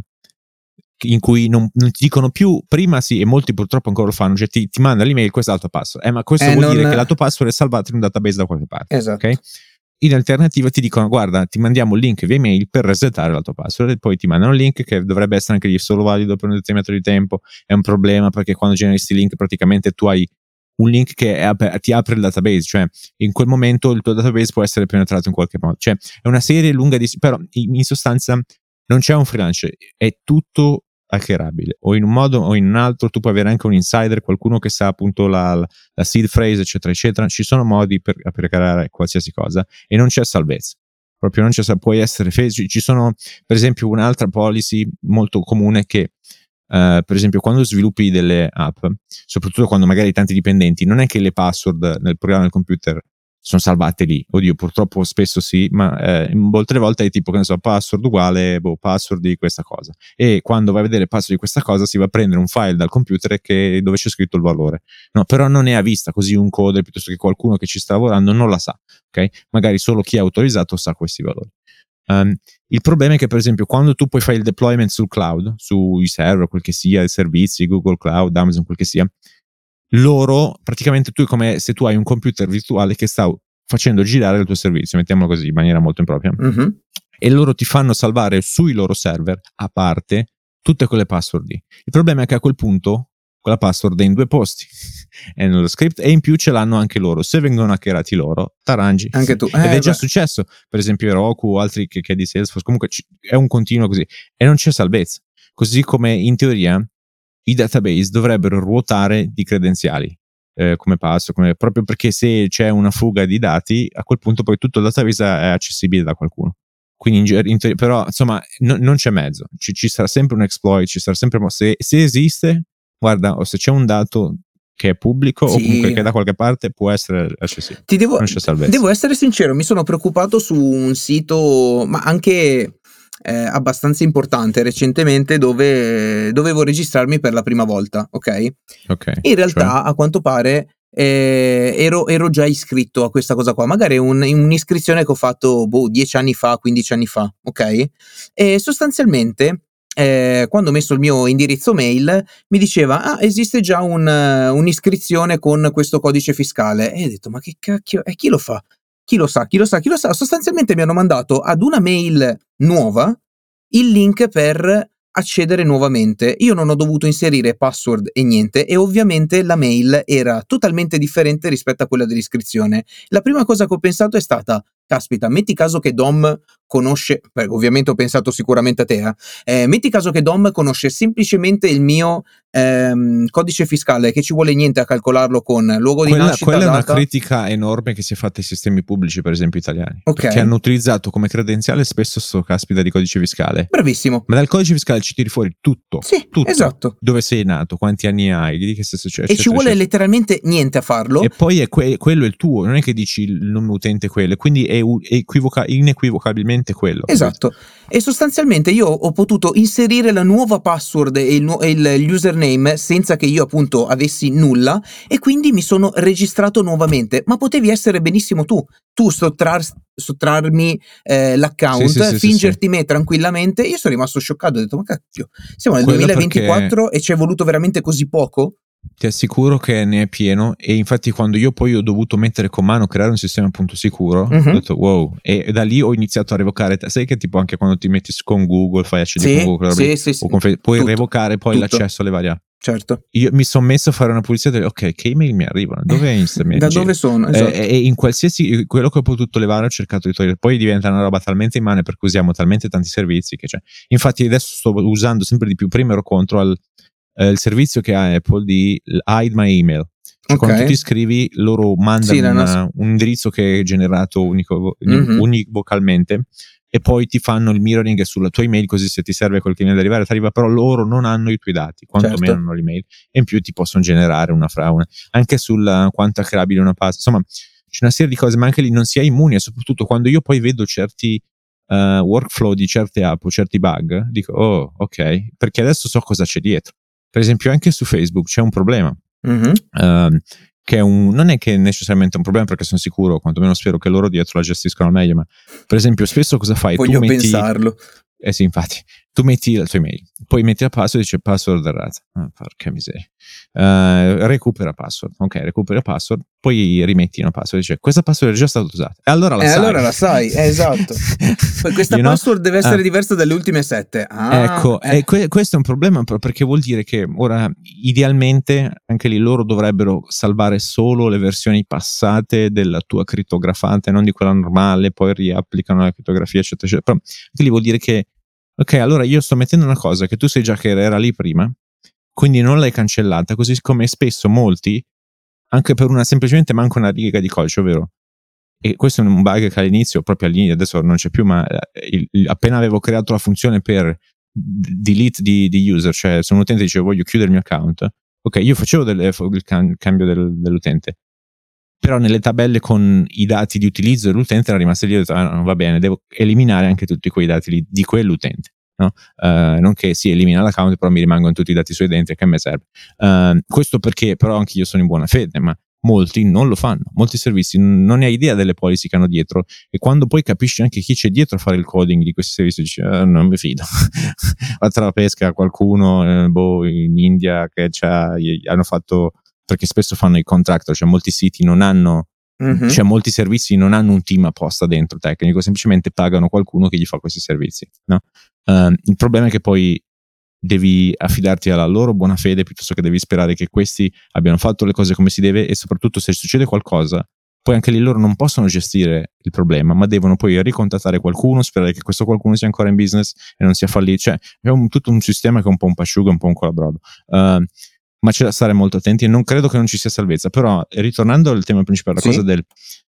in cui non, non ti dicono più, prima sì, e molti purtroppo ancora lo fanno, cioè ti, ti manda l'email, questa è la tua password, eh, ma questo Eh, vuol non- dire che la tua password è salvata in un database da qualche parte, Esatto. ok? In alternativa ti dicono guarda ti mandiamo il link via email per resettare la tua password e poi ti mandano il link che dovrebbe essere anche lì solo valido per un determinato di tempo. È un problema perché quando generi questi link praticamente tu hai un link che è ap- ti apre il database, cioè in quel momento il tuo database può essere penetrato in qualche modo, cioè è una serie lunga di, però in sostanza non c'è un freelance, è tutto hackerabile o in un modo o in un altro. Tu puoi avere anche un insider, qualcuno che sa appunto la, la seed phrase eccetera eccetera. Ci sono modi per, per creare qualsiasi cosa e non c'è salvezza, proprio non c'è, puoi essere felice. Ci sono per esempio un'altra policy molto comune che Uh, per esempio quando sviluppi delle app, soprattutto quando magari hai tanti dipendenti, non è che le password nel programma del computer sono salvate lì, oddio purtroppo spesso sì, ma eh, molte volte è tipo che ne so password uguale boh, password di questa cosa, e quando vai a vedere password di questa cosa si va a prendere un file dal computer che, dove c'è scritto il valore, no, però non è a vista, così un code piuttosto che qualcuno che ci sta lavorando non la sa, ok? Magari solo chi è autorizzato sa questi valori. Um, il problema è che per esempio quando tu puoi fare il deployment sul cloud, sui server, quel che sia, i servizi, Google Cloud, Amazon, quel che sia, loro praticamente tu è come se tu hai un computer virtuale che sta facendo girare il tuo servizio, mettiamolo così in maniera molto impropria, mm-hmm. e loro ti fanno salvare sui loro server a parte tutte quelle password lì. Il problema è che a quel punto quella password è in due posti, è nello script e in più ce l'hanno anche loro. Se vengono hackerati loro, t'arrangi. Anche tu. Ed Eh, è già beh. successo, per esempio Heroku o altri che, che è di Salesforce, comunque c- è un continuo così e non c'è salvezza. Così come in teoria i database dovrebbero ruotare di credenziali eh, come password, come, proprio perché se c'è una fuga di dati, a quel punto poi tutto il database è accessibile da qualcuno. Quindi in, in teoria, però insomma no, non c'è mezzo, ci, ci sarà sempre un exploit, ci sarà sempre, se, se esiste, guarda, o se c'è un dato che è pubblico Sì. o comunque che da qualche parte può essere accessibile. Ti devo, non c'è salvezza. Devo essere sincero, mi sono preoccupato su un sito, ma anche eh, abbastanza importante recentemente dove dovevo registrarmi per la prima volta, ok? Ok. In realtà, Cioè? a quanto pare, eh, ero, ero già iscritto a questa cosa qua, magari un, un'iscrizione che ho fatto boh, dieci anni fa, quindici anni fa, ok? E sostanzialmente, eh, quando ho messo il mio indirizzo mail, mi diceva, ah, esiste già un, uh, un'iscrizione con questo codice fiscale. E ho detto, ma che cacchio, e chi lo fa? Chi lo sa, chi lo sa, chi lo sa. Sostanzialmente mi hanno mandato ad una mail nuova il link per accedere nuovamente. Io non ho dovuto inserire password e niente, e ovviamente la mail era totalmente differente rispetto a quella dell'iscrizione. La prima cosa che ho pensato è stata, caspita, metti caso che Dom conosce, beh, ovviamente ho pensato sicuramente a te, eh, eh, metti caso che Dom conosce semplicemente il mio ehm, codice fiscale, che ci vuole niente a calcolarlo con luogo di Quella, nascita, quella è una data. critica enorme che si è fatta ai sistemi pubblici, per esempio italiani, Ok. perché hanno utilizzato come credenziale spesso sto caspita di codice fiscale. Bravissimo. Ma dal codice fiscale ci tiri fuori tutto. Sì, tutto. esatto. Dove sei nato, quanti anni hai, di che sei successo, E ci vuole letteralmente niente a farlo. E poi è que- quello è il tuo, non è che dici il nome utente quello, quindi è, u- è equivoca- inequivocabilmente quello. Esatto. Capito? E sostanzialmente io ho potuto inserire la nuova password e il, nu- e il username senza che io appunto avessi nulla, e quindi mi sono registrato nuovamente. Ma potevi essere benissimo tu, tu sottrar- sottrarmi eh, l'account, Sì, sì, sì, fingerti sì, me tranquillamente. Io sono rimasto scioccato, ho detto ma cacchio, siamo nel Quello duemilaventiquattro e ci è voluto veramente così poco? Ti assicuro che ne è pieno, e infatti quando io poi ho dovuto mettere con mano, creare un sistema appunto sicuro, Mhm. ho detto wow, e da lì ho iniziato a revocare, sai che tipo anche quando ti metti con Google, fai accedi Sì, con Google, sì, sì, sì. o con Facebook, puoi Tutto, revocare poi tutto. l'accesso alle varie app. Certo. Io mi sono messo a fare una pulizia del ok, che email mi arrivano, dove è Instagram? Da dove sono? Esatto. Eh, e in qualsiasi quello che ho potuto levare ho cercato di togliere, poi diventa una roba talmente immane perché usiamo talmente tanti servizi che c'è. Infatti adesso sto usando sempre di più, prima ero contro al eh, il servizio che ha Apple di hide my email, cioè Ok. quando tu ti iscrivi loro mandano Sì, la una- nos- un indirizzo che è generato unico, Mhm. univocalmente, e poi ti fanno il mirroring sulla tua email, così se ti serve quel email da arrivare ti arriva, però loro non hanno i tuoi dati, quantomeno Certo. hanno l'email, e in più ti possono generare una fra una, anche sul quanto è creabile una pasta, insomma c'è una serie di cose, ma anche lì non si è immuni, e soprattutto quando io poi vedo certi uh, workflow di certe app o certi bug, dico oh ok, perché adesso so cosa c'è dietro. Per esempio anche su Facebook c'è un problema, Mhm. uh, che è un, non è che è necessariamente un problema, perché sono sicuro, quantomeno spero che loro dietro la gestiscono al meglio, ma per esempio spesso cosa fai? Voglio tu metti, pensarlo. Eh sì, infatti, tu metti la tua email, poi metti la password e dice password errata. Ah, porca miseria. Uh, recupera password. Ok, recupera password, poi rimetti una password e dice questa password è già stata usata. E allora la Eh, sai. allora la sai, eh, esatto. Poi questa You know? password deve essere Ah. diversa dalle ultime sette. Ah, Ecco, eh. e que- questo è un problema, perché vuol dire che ora idealmente anche lì loro dovrebbero salvare solo le versioni passate della tua crittografata e non di quella normale, poi riapplicano la crittografia eccetera eccetera. Però anche lì vuol dire che ok, allora io sto mettendo una cosa che tu sai già che era lì prima, quindi non l'hai cancellata, così come spesso molti, anche per una semplicemente manca una riga di codice, ovvero, e questo è un bug che all'inizio, proprio all'inizio, adesso non c'è più, ma il, il, appena avevo creato la funzione per delete di, di user, cioè se un utente diceva voglio chiudere il mio account, ok, io facevo del, il can, cambio del, dell'utente, però nelle tabelle con i dati di utilizzo dell'utente era rimasto lì e ho detto ah, no, va bene, devo eliminare anche tutti quei dati lì di quell'utente, no? Uh, non che si elimina l'account però mi rimangono tutti i dati sui denti, che a me serve. Uh, questo perché però anche io sono in buona fede, ma molti non lo fanno, molti servizi non ne hai idea delle policy che hanno dietro, e quando poi capisci anche chi c'è dietro a fare il coding di questi servizi dici ah, non mi fido. Vatti alla pesca a qualcuno eh, boh, in India che c'ha, hanno fatto, perché spesso fanno i contractor, cioè molti siti non hanno, mm-hmm. cioè molti servizi non hanno un team apposta dentro tecnico, semplicemente pagano qualcuno che gli fa questi servizi, no? Uh, il problema è che poi devi affidarti alla loro buona fede piuttosto che devi sperare che questi abbiano fatto le cose come si deve, e soprattutto se succede qualcosa poi anche lì loro non possono gestire il problema, ma devono poi ricontattare qualcuno, sperare che questo qualcuno sia ancora in business e non sia fallito, cioè è un, tutto un sistema che è un po' un pasciugo, un po' un colabrodo. Uh, ma c'è da stare molto attenti e non credo che non ci sia salvezza. Però ritornando al tema principale, la sì? cosa del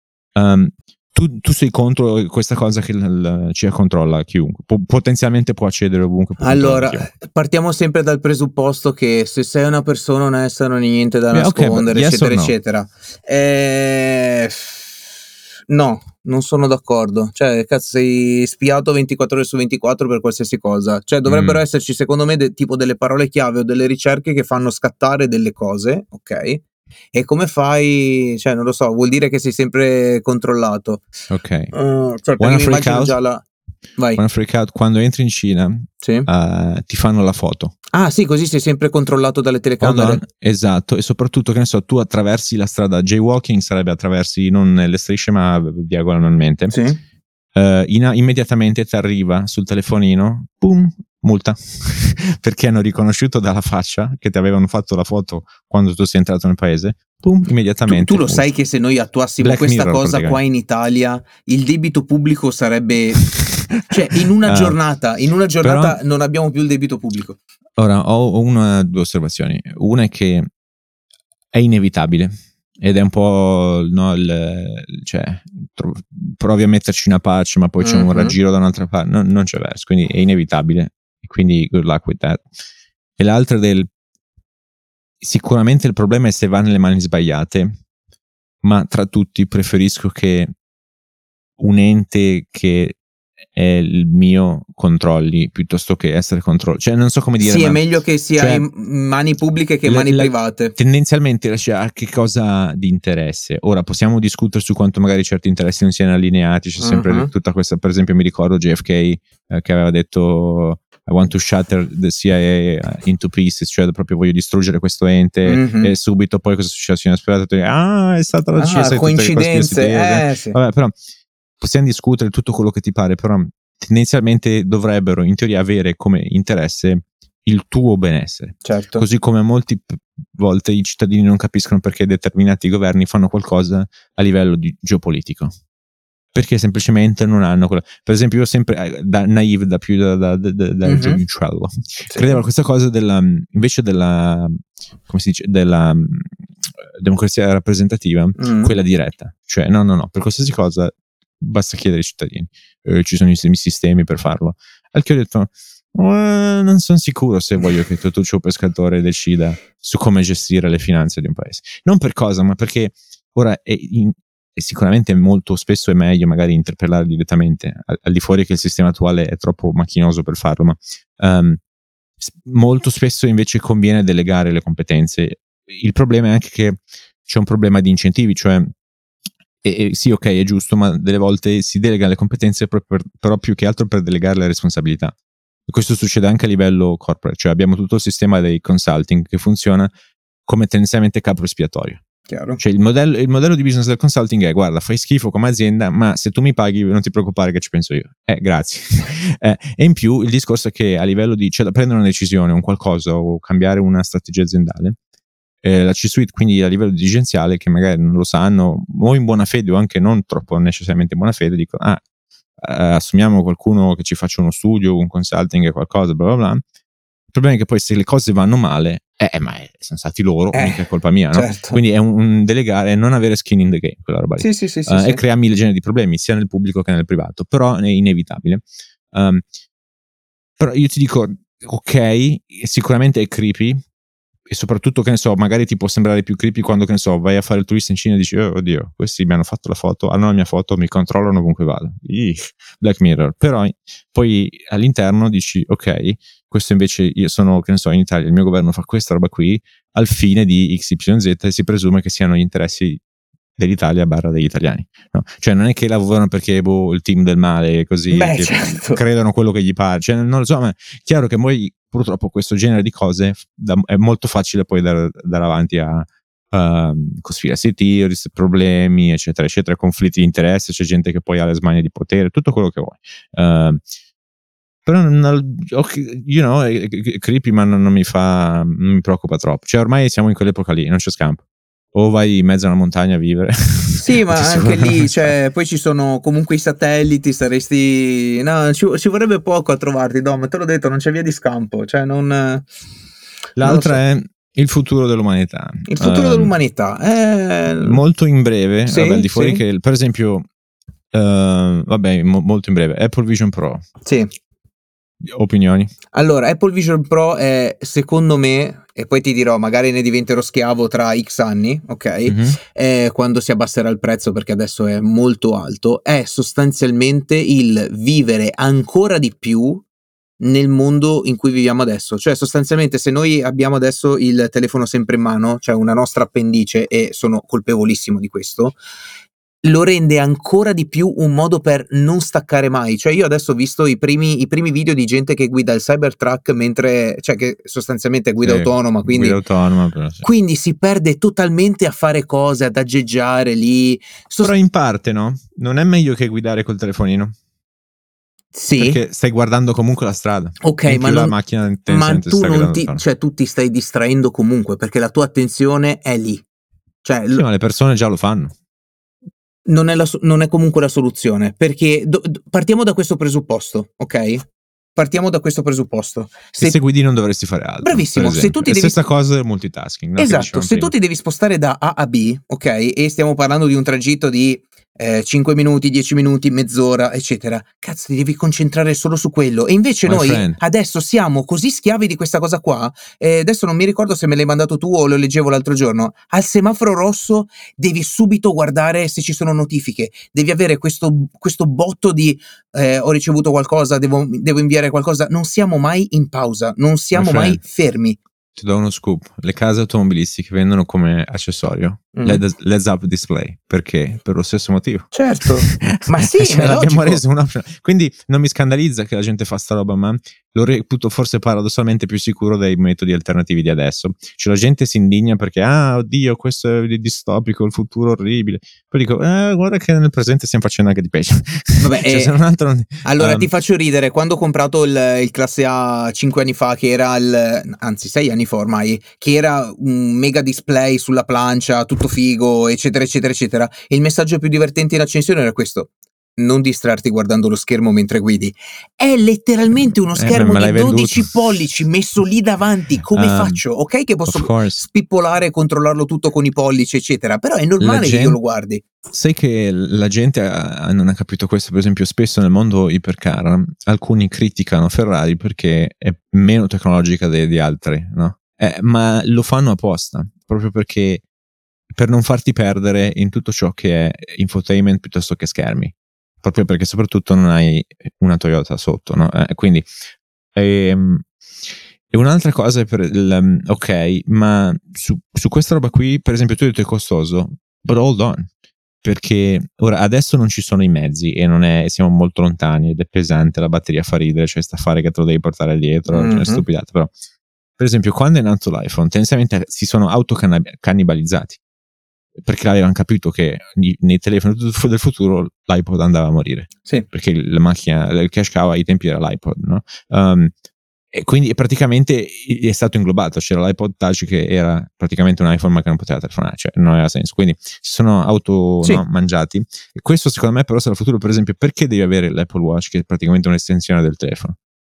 um, tu, tu sei contro questa cosa che la C I A controlla chiunque, po- potenzialmente può accedere ovunque, può allora partiamo sempre dal presupposto che se sei una persona onesta non hai niente da Beh, nascondere, okay, yes eccetera no? eccetera. eh... No, non sono d'accordo. Cioè, cazzo, sei spiato ventiquattro ore su ventiquattro per qualsiasi cosa. Cioè, dovrebbero Mm. esserci, secondo me, de- tipo delle parole chiave o delle ricerche che fanno scattare delle cose, ok? E come fai? Cioè, non lo so, vuol dire che sei sempre controllato. Ok. Uh, cioè, perché Wanna mi freak immagino out? già la... Vai. Wanna freak out? Quando entri in Cina, Sì. uh, ti fanno la foto. Ah, sì, così sei sempre controllato dalle Hold telecamere. on, esatto, e soprattutto che ne so, tu attraversi la strada, jaywalking sarebbe attraversi non le strisce ma diagonalmente. Sì. Uh, in, immediatamente ti arriva sul telefonino, pum, multa, perché hanno riconosciuto dalla faccia che ti avevano fatto la foto quando tu sei entrato nel paese, pum, immediatamente. Tu, tu lo multa. sai che se noi attuassimo Black questa Mirror, cosa qua in Italia, il debito pubblico sarebbe... cioè, in una Uh, giornata, in una giornata però- non abbiamo più il debito pubblico. Ora ho una, due osservazioni. Una è che è inevitabile ed è un po' no, il, cioè, tro- provi a metterci una patch ma poi c'è un Mhm. raggiro da un'altra parte, non, non c'è verso, quindi è inevitabile e quindi good luck with that. E l'altra del sicuramente il problema è se va nelle mani sbagliate, ma tra tutti preferisco che un ente che è il mio controlli piuttosto che essere controllo, cioè non so come dire, Sì, ma è meglio che sia cioè, in mani pubbliche che in la- mani la- private. tendenzialmente cioè, a che cosa di interesse. Ora possiamo discutere su quanto magari certi interessi non siano allineati, c'è sempre Mhm. tutta questa, per esempio mi ricordo J F K eh, che aveva detto I want to shatter the C I A into pieces, cioè proprio voglio distruggere questo ente Mhm. e subito poi cosa è successo? Inesperato, ah è stata la C I A, Ah, sai, tutte le conspiracy coincidenze, theory, eh sì, vabbè, però possiamo discutere tutto quello che ti pare, però tendenzialmente dovrebbero in teoria avere come interesse il tuo benessere, certo. così come molte volte i cittadini non capiscono perché determinati governi fanno qualcosa a livello di geopolitico, perché semplicemente non hanno quella... Per esempio io sempre da naive, da più da, da, da, da Mhm. giovincello, Sì. credevo a questa cosa della invece della come si dice della um, democrazia rappresentativa, Mm. quella diretta, cioè no no no per qualsiasi cosa basta chiedere ai cittadini, eh, ci sono i sistemi per farlo, al che ho detto eh, non sono sicuro se voglio che Totuccio Pescatore decida su come gestire le finanze di un paese, non per cosa ma perché ora è, in, è sicuramente molto spesso è meglio magari interpellare direttamente al, al di fuori che il sistema attuale è troppo macchinoso per farlo, ma um, molto spesso invece conviene delegare le competenze. Il problema è anche che c'è un problema di incentivi, cioè e, e sì ok è giusto ma delle volte si delega le competenze proprio per, però più che altro per delegare le responsabilità, e questo succede anche a livello corporate, cioè abbiamo tutto il sistema dei consulting che funziona come tendenzialmente capro espiatorio. Chiaro. Cioè il modello, il modello di business del consulting è guarda fai schifo come azienda ma se tu mi paghi non ti preoccupare che ci penso io, eh grazie. eh, e in più il discorso è che a livello di cioè da prendere una decisione un qualcosa o cambiare una strategia aziendale, eh, la C-suite quindi a livello dirigenziale che magari non lo sanno o in buona fede o anche non troppo necessariamente in buona fede dicono ah eh, assumiamo qualcuno che ci faccia uno studio, un consulting e qualcosa bla bla bla. Il problema è che poi se le cose vanno male eh ma è, sono stati loro, Eh, mica è colpa mia, no? certo. Quindi è un, un delegare, non avere skin in the game, quella roba lì. Sì, sì, sì, sì, Uh, sì. e crea mille generi di problemi sia nel pubblico che nel privato, però è inevitabile. Um, però io ti dico ok, sicuramente è creepy e soprattutto che ne so magari ti può sembrare più creepy quando che ne so vai a fare il turista in Cina e dici oh, oddio questi mi hanno fatto la foto, hanno la mia foto, mi controllano ovunque vado. Ih, Black Mirror. Però poi all'interno dici ok questo invece io sono che ne so in Italia il mio governo fa questa roba qui al fine di X Y Z e si presume che siano gli interessi dell'Italia barra degli italiani, no? Cioè non è che lavorano perché boh, il team del male così Beh, che certo. credono quello che gli pare, cioè non lo so, ma è chiaro che poi purtroppo questo genere di cose da, è molto facile poi dare, dare avanti a uh, conspiracy theories, problemi eccetera eccetera, conflitti di interesse, c'è gente che poi ha le smanie di potere, tutto quello che vuoi. Uh, però non, you know, è, è creepy ma non, non mi fa non mi preoccupa troppo, cioè ormai siamo in quell'epoca lì, non c'è scampo, o vai in mezzo a una montagna a vivere sì ma anche lì cioè, poi ci sono comunque i satelliti, saresti no, ci, ci vorrebbe poco a trovarti Dom, te l'ho detto non c'è via di scampo, cioè non l'altra non so. È il futuro dell'umanità, Il futuro um, dell'umanità è... molto in breve, sì, vabbè, al di fuori sì. che per esempio uh, vabbè mo, molto in breve Apple Vision Pro sì Opinioni? Allora, Apple Vision Pro è, secondo me, e poi ti dirò, magari ne diventerò schiavo tra X anni, ok? Mm-hmm. È quando si abbasserà il prezzo, perché adesso è molto alto, è sostanzialmente il vivere ancora di più nel mondo in cui viviamo adesso. Cioè, sostanzialmente, se noi abbiamo adesso il telefono sempre in mano, cioè una nostra appendice, e sono colpevolissimo di questo, lo rende ancora di più un modo per non staccare mai. Cioè, io adesso ho visto i primi, i primi video di gente che guida il Cybertruck mentre, cioè, che sostanzialmente è guida Sì, autonoma, quindi, guida autonoma, però, sì. quindi si perde totalmente a fare cose, ad aggeggiare lì. Sost- però in parte, no? Non è meglio che guidare col telefonino? Sì. Perché stai guardando comunque la strada. Ok, in ma, più non, la macchina ma tu sta non ti, cioè, tu ti stai distraendo comunque, perché la tua attenzione è lì. Cioè, sì, lo, ma le persone già lo fanno. Non è, la, non è comunque la soluzione, perché do, do, partiamo da questo presupposto, ok? Partiamo da questo presupposto. Se, se guidi non dovresti fare altro. Bravissimo, se tu ti è la devi... stessa cosa del multitasking. No? Esatto, se prima. tu ti devi spostare da A a B, ok? E stiamo parlando di un tragitto di eh, cinque minuti, dieci minuti, mezz'ora, eccetera. Cazzo, ti devi concentrare solo su quello. E invece My noi friend. adesso siamo così schiavi di questa cosa qua. Eh, adesso non mi ricordo se me l'hai mandato tu o lo leggevo l'altro giorno. Al semaforo rosso devi subito guardare se ci sono notifiche. Devi avere questo, questo botto di eh, ho ricevuto qualcosa, devo, devo inviare qualcosa. Non siamo mai in pausa, non siamo mai fermi. Ti do uno scoop: le case automobilistiche vendono come accessorio mm. l'E D U P display. Perché? Per lo stesso motivo. Certo, ma sì, cioè, l'abbiamo reso una... Quindi non mi scandalizza che la gente fa sta roba, ma lo reputo forse paradossalmente più sicuro dei metodi alternativi di adesso. Cioè la gente si indigna perché ah oddio questo è distopico, il futuro orribile. Poi dico eh, guarda che nel presente stiamo facendo anche di peggio. Vabbè, cioè, eh, se non altro non... allora um... ti um, faccio ridere. Quando ho comprato il, il classe A cinque anni fa, che era il, anzi sei anni fa ormai, che era un mega display sulla plancia, tutto figo, eccetera eccetera eccetera, il messaggio più divertente in accensione era questo: non distrarti guardando lo schermo mentre guidi. È letteralmente uno schermo eh, di dodici venduto. pollici messo lì davanti. Come um, faccio? Ok che posso spippolare e controllarlo tutto con i pollici eccetera, però è normale gente, che io lo guardi. Sai che la gente ha, non ha capito questo. Per esempio spesso nel mondo ipercar alcuni criticano Ferrari perché è meno tecnologica di, di altri, no? Eh, ma lo fanno apposta, proprio perché per non farti perdere in tutto ciò che è infotainment piuttosto che schermi, proprio perché soprattutto non hai una Toyota sotto, no? Eh, quindi ehm, e un'altra cosa è per il, ok, ma su, su questa roba qui, per esempio tu hai detto è costoso, but hold on, perché ora adesso non ci sono i mezzi e non è, siamo molto lontani ed è pesante, la batteria fa ridere, cioè sta a fare che te lo devi portare dietro, mm-hmm. cioè stupidate. Però per esempio quando è nato l'iPhone tendenzialmente si sono autocannibalizzati, perché l'avevano capito che nei telefoni del futuro l'iPod andava a morire, sì. perché la macchina, il cash cow ai tempi era l'iPod, no? Um, e quindi praticamente è stato inglobato, c'era l'iPod Touch che era praticamente un iPhone ma che non poteva telefonare, cioè non aveva senso, quindi si sono auto sì. no, mangiati. E questo secondo me però sarà il futuro. Per esempio, perché devi avere l'Apple Watch che è praticamente un'estensione del telefono?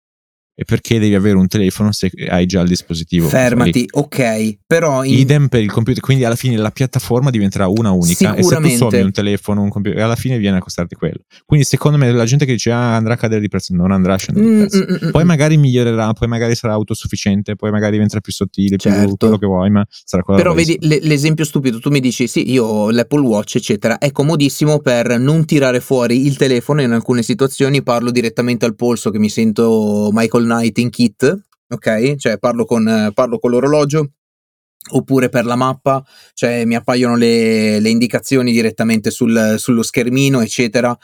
E perché devi avere un telefono se hai già il dispositivo? Fermati, ok, però in... idem per il computer, quindi alla fine la piattaforma diventerà una unica e se tu sommi un telefono, un computer, alla fine viene a costarti quello. Quindi secondo me la gente che dice ah andrà a cadere di prezzo, non andrà a scendere di prezzo. Mm, mm, poi mm. magari migliorerà, poi magari sarà autosufficiente, poi magari diventerà più sottile, certo. più quello che vuoi, ma sarà quello. Però vedi l- l'esempio stupido, tu mi dici sì io ho l'Apple Watch eccetera, è comodissimo per non tirare fuori il telefono. In alcune situazioni parlo direttamente al polso, che mi sento Michael Knight in Kit, ok? Cioè parlo con, parlo con l'orologio, oppure per la mappa, cioè mi appaiono le, le indicazioni direttamente sul, sullo schermino eccetera,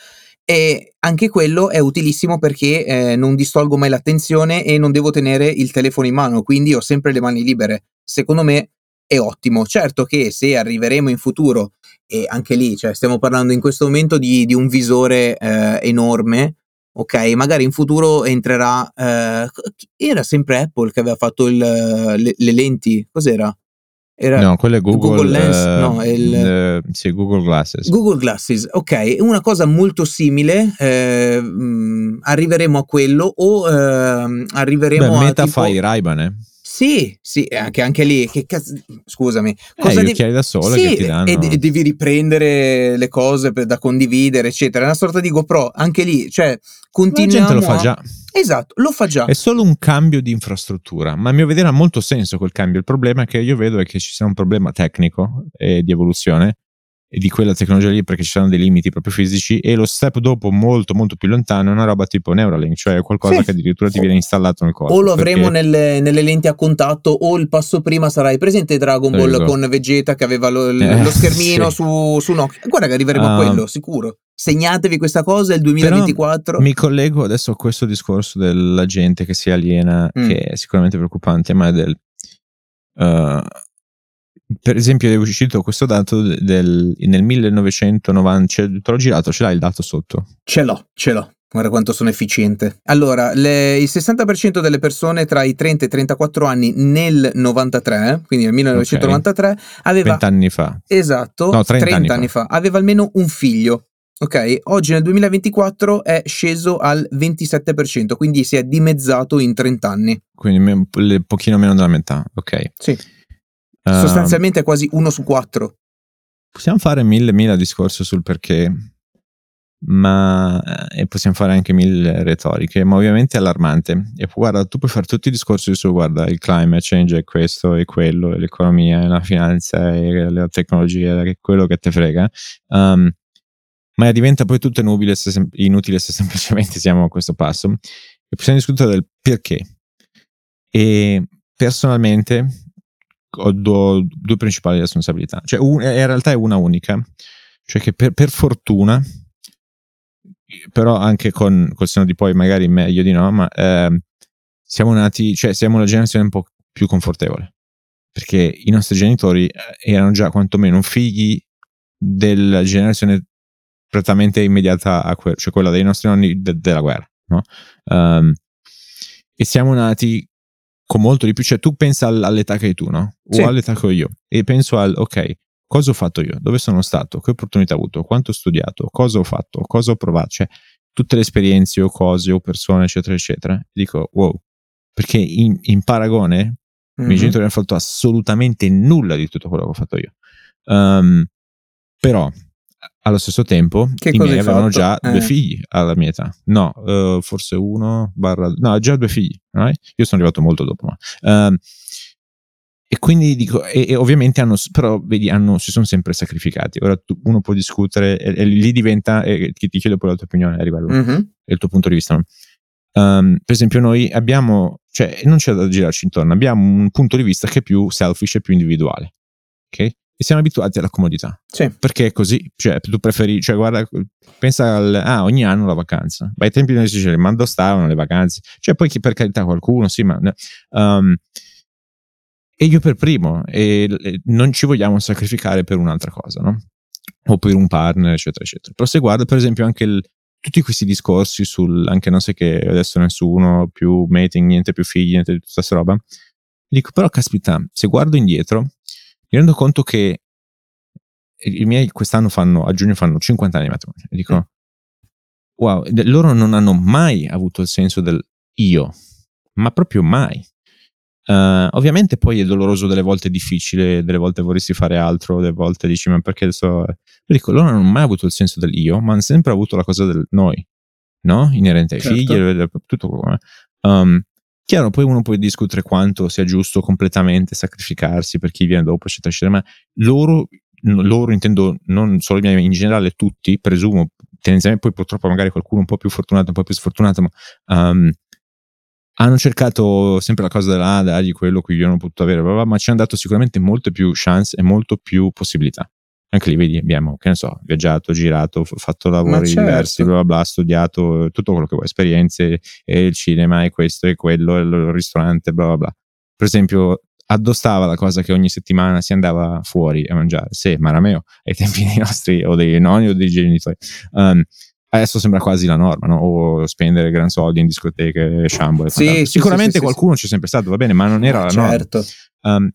e anche quello è utilissimo perché eh, non distolgo mai l'attenzione e non devo tenere il telefono in mano, quindi ho sempre le mani libere. Secondo me è ottimo. Certo che se arriveremo in futuro, e anche lì cioè stiamo parlando in questo momento di, di un visore eh, enorme, ok, magari in futuro entrerà eh, era sempre Apple che aveva fatto il, le, le lenti, cos'era? Era no, quello è Google, Google Lens, uh, no, il, uh, sì, Google Glasses. Google Glasses, ok, una cosa molto simile, eh, mh, arriveremo a quello o eh, arriveremo Beh, a Meta tipo... fa i Ray-Ban, eh? Sì, sì, anche, anche lì, che cazzo, scusami. Cosa eh, gli occhiali da sole sì, che ti danno. E, e devi riprendere le cose per, da condividere, eccetera. È una sorta di GoPro, anche lì, cioè, continuiamo la gente lo fa a... già. Esatto, lo fa già. È solo un cambio di infrastruttura, ma a mio vedere ha molto senso quel cambio. Il problema che io vedo è che ci sia un problema tecnico e di evoluzione e di quella tecnologia lì, perché ci sono dei limiti proprio fisici, e lo step dopo molto molto più lontano è una roba tipo Neuralink, cioè qualcosa Sì. che addirittura ti viene installato nel corpo. O lo avremo perché... nelle, nelle lenti a contatto, o il passo prima sarai presente Dragon Ball Prego. con Vegeta che aveva lo, Eh, lo schermino sì. su, su Nokia. Guarda che arriveremo a Um, quello, sicuro. Segnatevi questa cosa, è il duemilaventiquattro. Però mi collego adesso a questo discorso della gente che si aliena, Mm. che è sicuramente preoccupante, ma è del... Uh, per esempio è uscito questo dato del, nel millenovecentonovanta, cioè, te l'ho girato, ce l'hai il dato sotto? Ce l'ho, ce l'ho. Guarda quanto sono efficiente. Allora, le, il sessanta per cento delle persone tra i trenta e i trentaquattro anni nel novantatré, quindi nel millenovecentonovantatré, aveva... vent'anni fa. Esatto, No, trenta, trenta anni anni fa. Aveva almeno un figlio. Ok, oggi nel duemilaventiquattro è sceso al ventisette per cento, quindi si è dimezzato in trenta anni. Quindi un pochino meno della metà, ok. Sì. Uh, Sostanzialmente è quasi uno su quattro. Possiamo fare mille mila discorsi sul perché, ma e possiamo fare anche mille retoriche, ma ovviamente è allarmante. E guarda, tu puoi fare tutti i discorsi su, guarda, il climate change è questo e quello, e l'economia e la finanza e la tecnologia, e quello che te frega. Um, ma diventa poi tutto inutile se, inutile se semplicemente siamo a questo passo, e possiamo discutere del perché. E personalmente ho due, due principali responsabilità, cioè un, in realtà è una unica, cioè che per, per fortuna, però anche con col senno di poi magari meglio di no, ma eh, siamo nati, cioè siamo una generazione un po' più confortevole, perché i nostri genitori erano già quantomeno figli della generazione prettamente immediata a quello, cioè quella dei nostri nonni de- della guerra, no? Um, e siamo nati con molto di più, cioè tu pensa all'età che hai tu, no? O Sì. all'età che ho io, e penso al, ok, cosa ho fatto io? Dove sono stato? Che opportunità ho avuto? Quanto ho studiato? Cosa ho fatto? Cosa ho provato? Cioè, tutte le esperienze o cose o persone, eccetera, eccetera. E dico, wow, perché in, in paragone mm-hmm. i miei genitori hanno fatto assolutamente nulla di tutto quello che ho fatto io. Um, però allo stesso tempo che i miei avevano fatto? già eh. due figli alla mia età, no, uh, forse uno barra, no, già due figli, right? Io sono arrivato molto dopo, ma uh, e quindi dico, e, e ovviamente hanno, però vedi, hanno, si sono sempre sacrificati. Ora tu, uno può discutere e, e lì diventa, e ti chiedo poi la tua opinione a livello mm-hmm. e il tuo punto di vista, no? Um, per esempio noi abbiamo, cioè non c'è da girarci intorno, abbiamo un punto di vista che è più selfish e più individuale, ok? E siamo abituati alla comodità, sì. Perché è così, cioè tu preferi, cioè guarda, pensa al, ah, ogni anno la vacanza, ma ai tempi noi si diceva, ma dove stavano le vacanze? Cioè poi per carità qualcuno, sì, ma um, e io per primo, e, e non ci vogliamo sacrificare per un'altra cosa, no? O per un partner, eccetera, eccetera. Però se guarda, per esempio, anche il, tutti questi discorsi sul, anche non so che adesso nessuno più mating, niente più figli, niente di tutta questa roba, dico, però caspita, se guardo indietro, mi rendo conto che i miei quest'anno fanno, a giugno fanno cinquanta anni di matrimonio, e dico, wow, loro non hanno mai avuto il senso del io, ma proprio mai. Uh, ovviamente poi è doloroso, delle volte è difficile, delle volte vorresti fare altro, delle volte dici ma perché adesso, dico, loro non hanno mai avuto il senso del io, ma hanno sempre avuto la cosa del noi, no? Inerente ai certo. figli, tutto quello. Um, chiaro, poi uno può discutere quanto sia giusto completamente sacrificarsi per chi viene dopo, eccetera, eccetera, ma loro, loro intendo non solo i miei, in generale tutti, presumo, tendenzialmente poi purtroppo magari qualcuno un po' più fortunato, un po' più sfortunato, ma um, hanno cercato sempre la cosa della ah, dagli quello che io non ho potuto avere, bla bla, ma ci hanno dato sicuramente molte più chance e molto più possibilità. Anche lì vedi, abbiamo, che ne so, viaggiato, girato, fatto lavori certo. diversi, bla bla bla, studiato tutto quello che vuoi, esperienze, e il cinema, e questo, e quello, e il ristorante, bla bla bla. Per esempio, addostava la cosa che ogni settimana si andava fuori a mangiare, sì, marameo, ai tempi dei nostri, o dei nonni o dei genitori. Um, Adesso sembra quasi la norma, no? O spendere gran soldi in discoteche, sciambole. Sì, sì, sicuramente sì, sì, qualcuno sì. ci è sempre stato, va bene, ma non era ma la certo. norma. Um,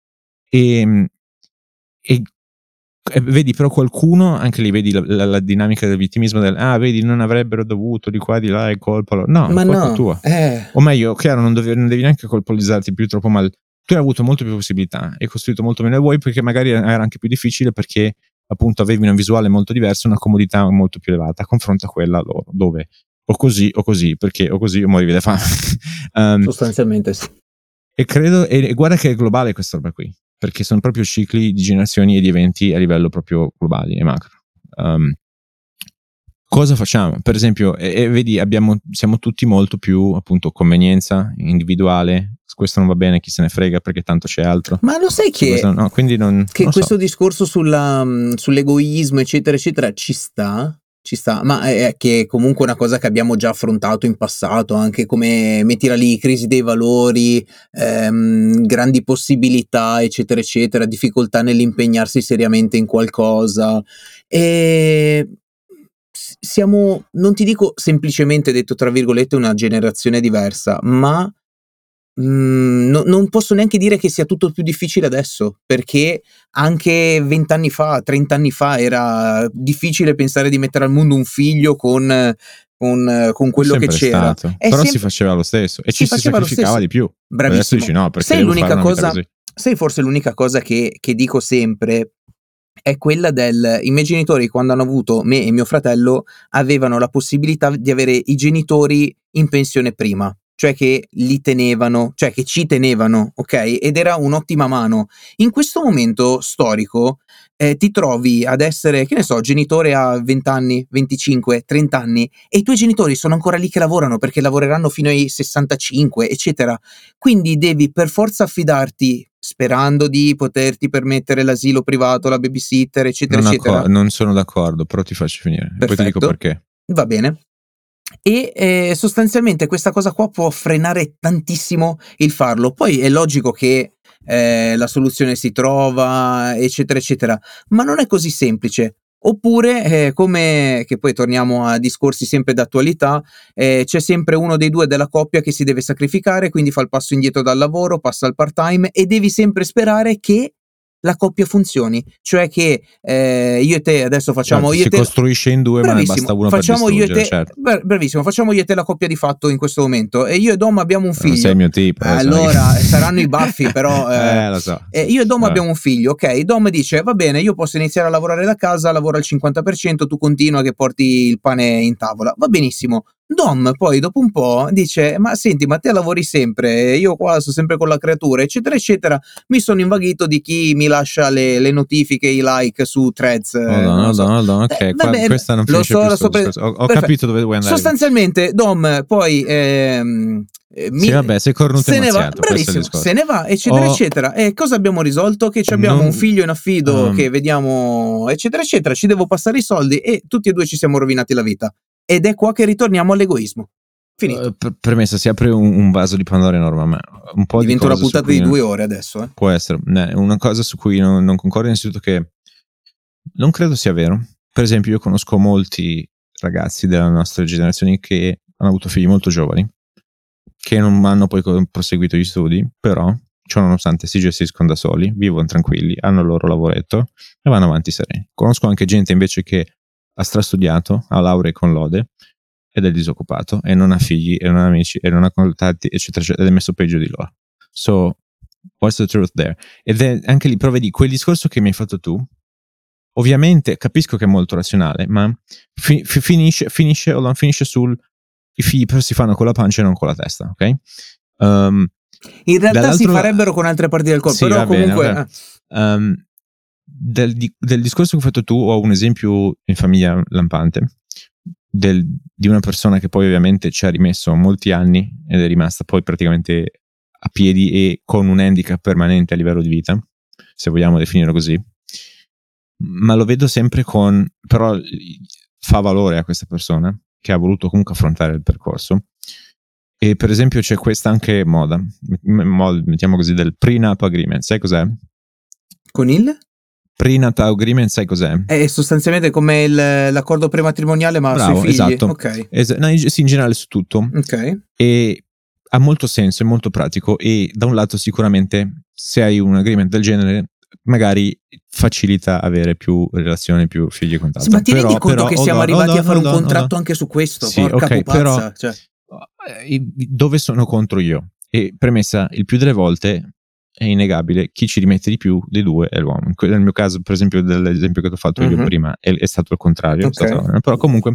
e, e, e vedi, però qualcuno, anche lì vedi la, la, la dinamica del vittimismo del ah, vedi, non avrebbero dovuto, di qua, di là, è colpa loro. No, ma è colpa no. tua. Eh. O meglio, chiaro, non devi, non devi neanche colpevolizzarti più troppo, ma tu hai avuto molte più possibilità, hai costruito molto meno vuoi, perché magari era anche più difficile, perché appunto avevi una visuale molto diversa, una comodità molto più elevata a confronto a quella loro, dove o così o così, perché o così o morivi da fame. um, Sostanzialmente sì. E credo, e, e guarda che è globale questa roba qui, perché sono proprio cicli di generazioni e di eventi a livello proprio globali e macro. Um, cosa facciamo? Per esempio, e, e vedi, abbiamo, siamo tutti molto più appunto convenienza individuale, questo non va bene, chi se ne frega perché tanto c'è altro. Ma lo sai che, questo, no, quindi non, che non questo so. discorso sulla, sull'egoismo eccetera eccetera ci sta? Ci sta, ma è che comunque è una cosa che abbiamo già affrontato in passato, anche come, mettila lì, crisi dei valori, ehm, grandi possibilità, eccetera, eccetera, difficoltà nell'impegnarsi seriamente in qualcosa. E siamo, non ti dico semplicemente, detto tra virgolette, una generazione diversa, ma Mm, no, non posso neanche dire che sia tutto più difficile adesso, perché anche vent'anni fa, trent'anni fa era difficile pensare di mettere al mondo un figlio con, con, con quello che c'era. Stato. È Però sem- si faceva lo stesso e si ci si faceva lo sacrificava stesso. di più. Bravissimo. Adesso dici no, perché Sai devo l'unica fare una vita cosa, così. sai forse l'unica cosa che, che dico sempre è quella del, i miei genitori quando hanno avuto me e mio fratello avevano la possibilità di avere i genitori in pensione prima, cioè che li tenevano, cioè che ci tenevano, ok? Ed era un'ottima mano. In questo momento storico eh, ti trovi ad essere, che ne so, genitore a venti anni, venticinque, trenta anni e i tuoi genitori sono ancora lì che lavorano perché lavoreranno fino ai sessantacinque, eccetera. Quindi devi per forza affidarti, sperando di poterti permettere l'asilo privato, la babysitter, eccetera, Non, eccetera. accor- non sono d'accordo, però ti faccio finire. E poi ti dico perché. Va bene. E eh, sostanzialmente questa cosa qua può frenare tantissimo il farlo. Poi è logico che eh, la soluzione si trova, eccetera, eccetera, ma non è così semplice. Oppure, eh, come che poi torniamo a discorsi sempre d'attualità, eh, c'è sempre uno dei due della coppia che si deve sacrificare, quindi fa il passo indietro dal lavoro, passa al part-time e devi sempre sperare che la coppia funzioni, cioè che eh, io e te adesso facciamo Certo, io si e te costruisce in due, ma ne basta uno facciamo per io e distruggere, te certo. bra- bravissimo, facciamo io e te la coppia di fatto in questo momento e io e Dom abbiamo un figlio. Non sei il mio tipo. Allora saranno i baffi, però eh, eh, lo so. eh, io e Dom Vabbè. abbiamo un figlio, ok? Dom dice va bene, io posso iniziare a lavorare da casa, lavoro al cinquanta per cento, tu continua che porti il pane in tavola, va benissimo. Dom poi dopo un po' dice ma senti, ma te lavori sempre, io qua sto sempre con la creatura, eccetera eccetera, mi sono invaghito di chi mi lascia le, le notifiche, i like su Threads. Hold on, hold on, hold on, ok, Eh, qua, vabbè, questa non lo finisce so, più lo sto so pre- discorso. Ho, ho perfetto. capito dove vuoi andare. Sostanzialmente Dom poi ehm, eh, mi, Sì, vabbè, sei cornuto se e ne va, mazziato, questo è il bravissimo, discorso. se ne va, eccetera, Ho- eccetera. E cosa abbiamo risolto? Che ci abbiamo Non- un figlio in affido um, che vediamo, eccetera, eccetera. Ci devo passare i soldi e tutti e due ci siamo rovinati la vita. Ed è qua che ritorniamo all'egoismo. Finito. eh, pre- premessa, si apre un, un vaso di Pandora enorme, ma un po' Diventa di una cose su puntata cui di non- due ore adesso. Eh. Può essere. Ne- Una cosa su cui non, non concordo innanzitutto che non credo sia vero. Per esempio, io conosco molti ragazzi della nostra generazione che hanno avuto figli molto giovani, che non hanno poi co- proseguito gli studi, però ciò nonostante si gestiscono da soli, vivono tranquilli, hanno il loro lavoretto e vanno avanti sereni. Conosco anche gente invece che ha strastudiato, ha lauree con lode ed è disoccupato e non ha figli e non ha amici e non ha contatti, eccetera, eccetera, ed è messo peggio di loro. So, what's the truth there? Ed è anche lì, però vedi, quel discorso che mi hai fatto tu, ovviamente capisco che è molto razionale, ma fi- fi- finisce, finisce, o non finisce sul i figli però si fanno con la pancia e non con la testa, ok? Um, In realtà si dall'altro la- farebbero con altre parti del corpo, Sì, però va bene, comunque... va bene. Um, del, di- del discorso che hai fatto tu ho un esempio in famiglia lampante del- di una persona che poi ovviamente ci ha rimesso molti anni ed è rimasta poi praticamente a piedi e con un handicap permanente a livello di vita, se vogliamo definirlo così, ma lo vedo sempre con, però fa valore a questa persona che ha voluto comunque affrontare il percorso. E per esempio c'è questa anche moda, m- mettiamo così, del prenup agreement. Sai cos'è? Con il? Prenup agreement, sai cos'è? È sostanzialmente come il, l'accordo prematrimoniale ma Bravo, sui figli. esatto. Ok. Es- no, in- sì, in generale su tutto. Ok. E ha molto senso, è molto pratico e da un lato sicuramente se hai un agreement del genere magari facilita avere più relazioni, più figli e quant'altro. Sì, ma ti però, rendi conto però, che hold siamo on, arrivati hold a on, fare un hold on, contratto hold on. anche su questo? Sì, Porca ok, pupazza. però Cioè. eh, dove sono contro io? E premessa, il più delle volte è innegabile, chi ci rimette di più dei due è l'uomo. Nel mio caso, per esempio, dell'esempio che ti ho fatto Mhm. io prima, è, è stato il contrario, è Ok. stato- però comunque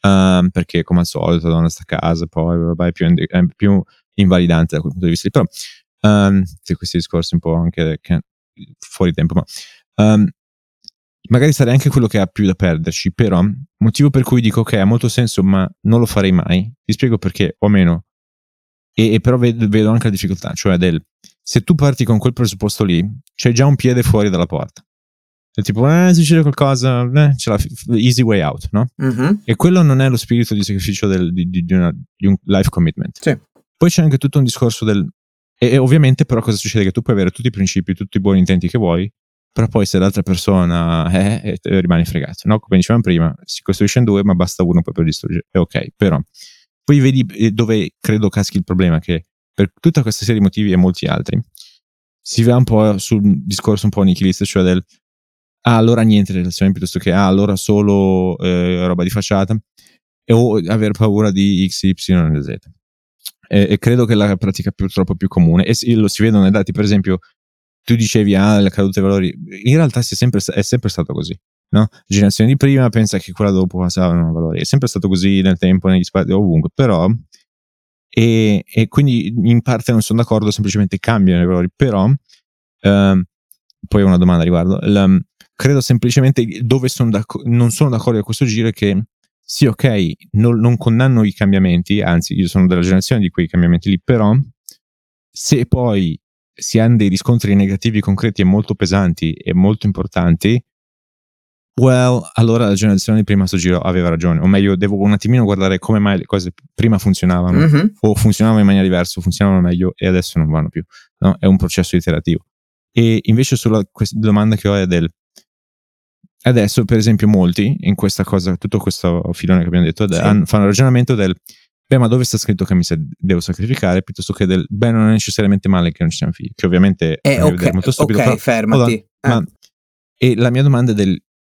um, perché come al solito la donna sta a casa, poi vabbè, è più, è più invalidante da quel punto di vista lì. Però um, sì, questi discorsi un po' anche che, fuori tempo, ma um, magari sarei anche quello che ha più da perderci, però motivo per cui dico che ha molto senso ma non lo farei mai, ti spiego perché, o meno, e, e però vedo, vedo anche la difficoltà, cioè del, se tu parti con quel presupposto lì, c'è già un piede fuori dalla porta, è tipo, eh, se succede qualcosa, eh, c'è la easy way out, no? Mm-hmm. E quello non è lo spirito di sacrificio del, di, di, di, una, di un life commitment. Sì. Poi c'è anche tutto un discorso del, e, e ovviamente però cosa succede? Che tu puoi avere tutti i principi, tutti i buoni intenti che vuoi, però poi se l'altra persona è, eh, rimani fregato, no? Come dicevamo prima, si costruisce in due ma basta uno poi per distruggere, è ok. Però poi vedi dove credo caschi il problema, che per tutta questa serie di motivi e molti altri si va un po' sul discorso un po' nichilista, cioè del ah allora niente relazione piuttosto che ah allora solo eh, roba di facciata, e o aver paura di X, Y e Z, e, e credo che la pratica purtroppo più comune, e si, lo si vedono nei dati. Per esempio tu dicevi ah la caduta dei valori, in realtà si è, sempre, è sempre stato così, no? La generazione di prima pensa che quella dopo passavano valori, è sempre stato così nel tempo, negli spazi, ovunque, però e, e quindi in parte non sono d'accordo, semplicemente cambiano i valori, però ehm, poi ho una domanda a riguardo, la, credo semplicemente dove sono non sono d'accordo a questo giro è che sì ok non, non condanno i cambiamenti, anzi io sono della generazione di quei cambiamenti lì, però se poi si hanno dei riscontri negativi concreti e molto pesanti e molto importanti, well, allora la generazione di prima sto giro aveva ragione, o meglio devo un attimino guardare come mai le cose prima funzionavano, mm-hmm. o funzionavano in maniera diversa, o funzionavano meglio e adesso non vanno più, no? È un processo iterativo. E invece sulla domanda che ho è del adesso per esempio molti in questa cosa, tutto questo filone che abbiamo detto, sì. hanno, fanno ragionamento del beh ma dove sta scritto che mi devo sacrificare, piuttosto che del beh non è necessariamente male che non ci siano figli, che ovviamente eh, è okay, molto stupido, ok, però, fermati eh. ma, e la mia domanda è del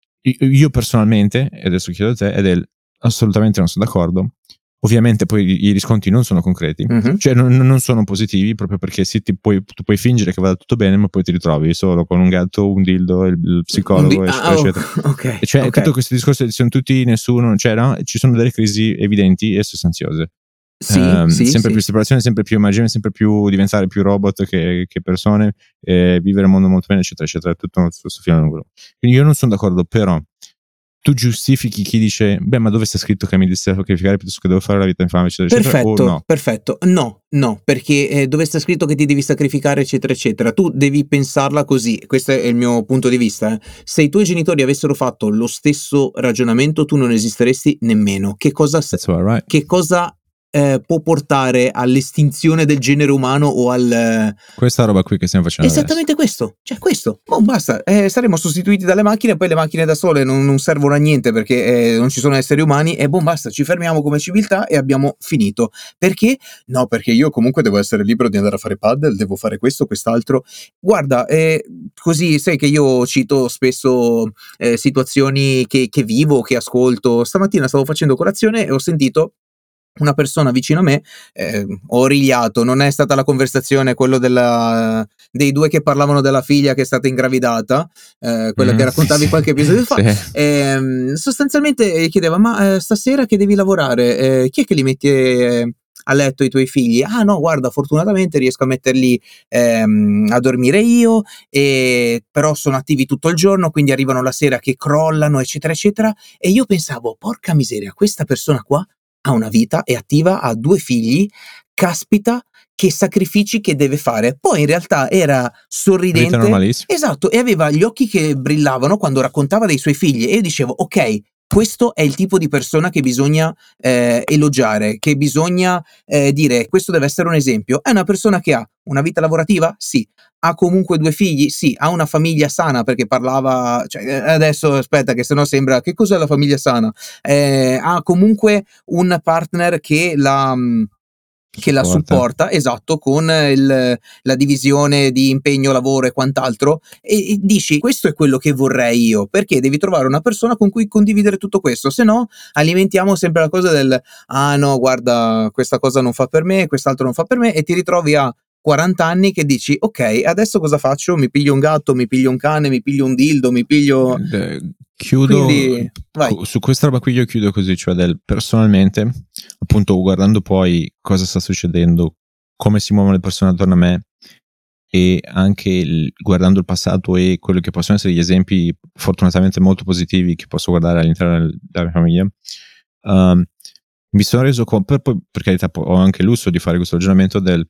io personalmente, e adesso chiedo a te, è del assolutamente non sono d'accordo. Ovviamente poi i riscontri non sono concreti, mm-hmm. cioè non, non sono positivi, proprio perché sì, ti puoi, tu puoi fingere che vada tutto bene, ma poi ti ritrovi solo con un gatto, un dildo, il, il psicologo, di- eccetera, ah, eccetera. Okay, e cioè okay. tutto questo discorso sono tutti nessuno, cioè no? Ci sono delle crisi evidenti e sostanziose. Sì, um, sì, sempre sì. più separazione, sempre più immagine, sempre più diventare più robot che, che persone, eh, vivere il mondo molto bene, eccetera, eccetera, tutto questo filo lungo. Quindi io non sono d'accordo, però tu giustifichi chi dice beh ma dove sta scritto che mi devo sacrificare piuttosto che devo fare la vita infame, eccetera, perfetto, eccetera, o no? Perfetto, no, no, perché eh, dove sta scritto che ti devi sacrificare eccetera eccetera, tu devi pensarla così, questo è il mio punto di vista, eh. Se i tuoi genitori avessero fatto lo stesso ragionamento tu non esisteresti nemmeno. Che cosa, right. che cosa eh, può portare all'estinzione del genere umano o al... Questa roba qui che stiamo facendo esattamente adesso. questo, cioè questo, oh basta, eh, saremo sostituiti dalle macchine, poi le macchine da sole non, non servono a niente perché eh, non ci sono esseri umani e boh basta, ci fermiamo come civiltà e abbiamo finito. Perché? No, perché io comunque devo essere libero di andare a fare paddle, devo fare questo, quest'altro. Guarda, eh, così sai che io cito spesso eh, situazioni che, che vivo, che ascolto. Stamattina stavo facendo colazione e ho sentito una persona vicino a me, eh, ho origliato, non è stata la conversazione quello della, dei due che parlavano della figlia che è stata ingravidata, eh, quella mm, che raccontavi sì, qualche episodio fa, sì. eh, sostanzialmente chiedeva ma eh, stasera che devi lavorare, eh, chi è che li metti eh, a letto i tuoi figli? Ah no guarda fortunatamente riesco a metterli ehm, a dormire io, e però sono attivi tutto il giorno quindi arrivano la sera che crollano eccetera eccetera, e io pensavo porca miseria questa persona qua ha una vita, è attiva, ha due figli, caspita, che sacrifici che deve fare. Poi in realtà era sorridente, esatto, e aveva gli occhi che brillavano quando raccontava dei suoi figli, e io dicevo, ok, questo è il tipo di persona che bisogna eh, elogiare, che bisogna eh, dire, questo deve essere un esempio. È una persona che ha una vita lavorativa? Sì. Ha comunque due figli? Sì. Ha una famiglia sana, perché parlava, cioè, adesso aspetta che sennò sembra, che cos'è la famiglia sana? Eh, ha comunque un partner che la... che la supporta, esatto, con il, la divisione di impegno, lavoro e quant'altro, e, e dici questo è quello che vorrei io, perché devi trovare una persona con cui condividere tutto questo, se no alimentiamo sempre la cosa del ah no guarda questa cosa non fa per me, quest'altro non fa per me, e ti ritrovi a quaranta anni che dici ok, adesso cosa faccio? Mi piglio un gatto, mi piglio un cane, mi piglio un dildo, mi piglio... Eh, chiudo Quindi, vai. su questa roba qui io chiudo così, cioè del personalmente, appunto guardando poi cosa sta succedendo, come si muovono le persone attorno a me e anche il, guardando il passato e quello che possono essere gli esempi fortunatamente molto positivi che posso guardare all'interno del, della mia famiglia, um, mi sono reso conto, per, per carità ho anche il lusso di fare questo ragionamento del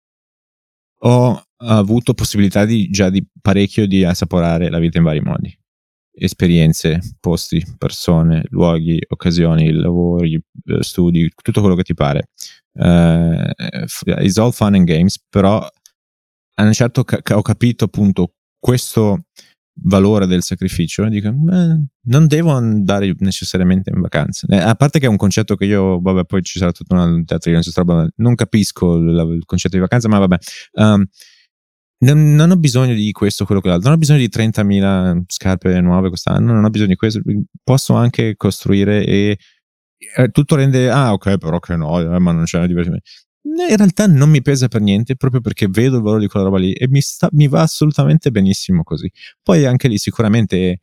ho avuto possibilità di già di parecchio di assaporare la vita in vari modi, esperienze, posti, persone, luoghi, occasioni, lavori, studi, tutto quello che ti pare. Uh, it's all fun and games, però a un certo ca- ho capito appunto questo valore del sacrificio e dico eh, non devo andare necessariamente in vacanza, eh, a parte che è un concetto che io vabbè poi ci sarà tutta una teatrina, non capisco il, il concetto di vacanza, ma vabbè um, non, non ho bisogno di questo, quello che l'altro, non ho bisogno di trentamila scarpe nuove quest'anno, non ho bisogno di questo, posso anche costruire e eh, tutto rende ah ok però che no, eh, ma non c'è divertimento. In realtà non mi pesa per niente, proprio perché vedo il valore di quella roba lì e mi, sta, mi va assolutamente benissimo così. Poi anche lì sicuramente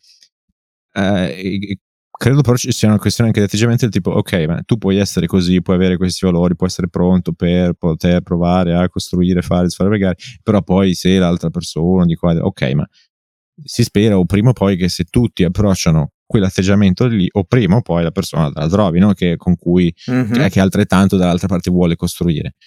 eh, credo però ci sia una questione anche di atteggiamento del tipo ok, ma tu puoi essere così, puoi avere questi valori, puoi essere pronto per poter provare a costruire, fare, fare le gare, però poi se l'altra persona di qua, ok, ma si spera o prima o poi che se tutti approcciano quell'atteggiamento lì o prima o poi la persona la trovi, no? Che con cui mm-hmm. che, che altrettanto dall'altra parte vuole costruire.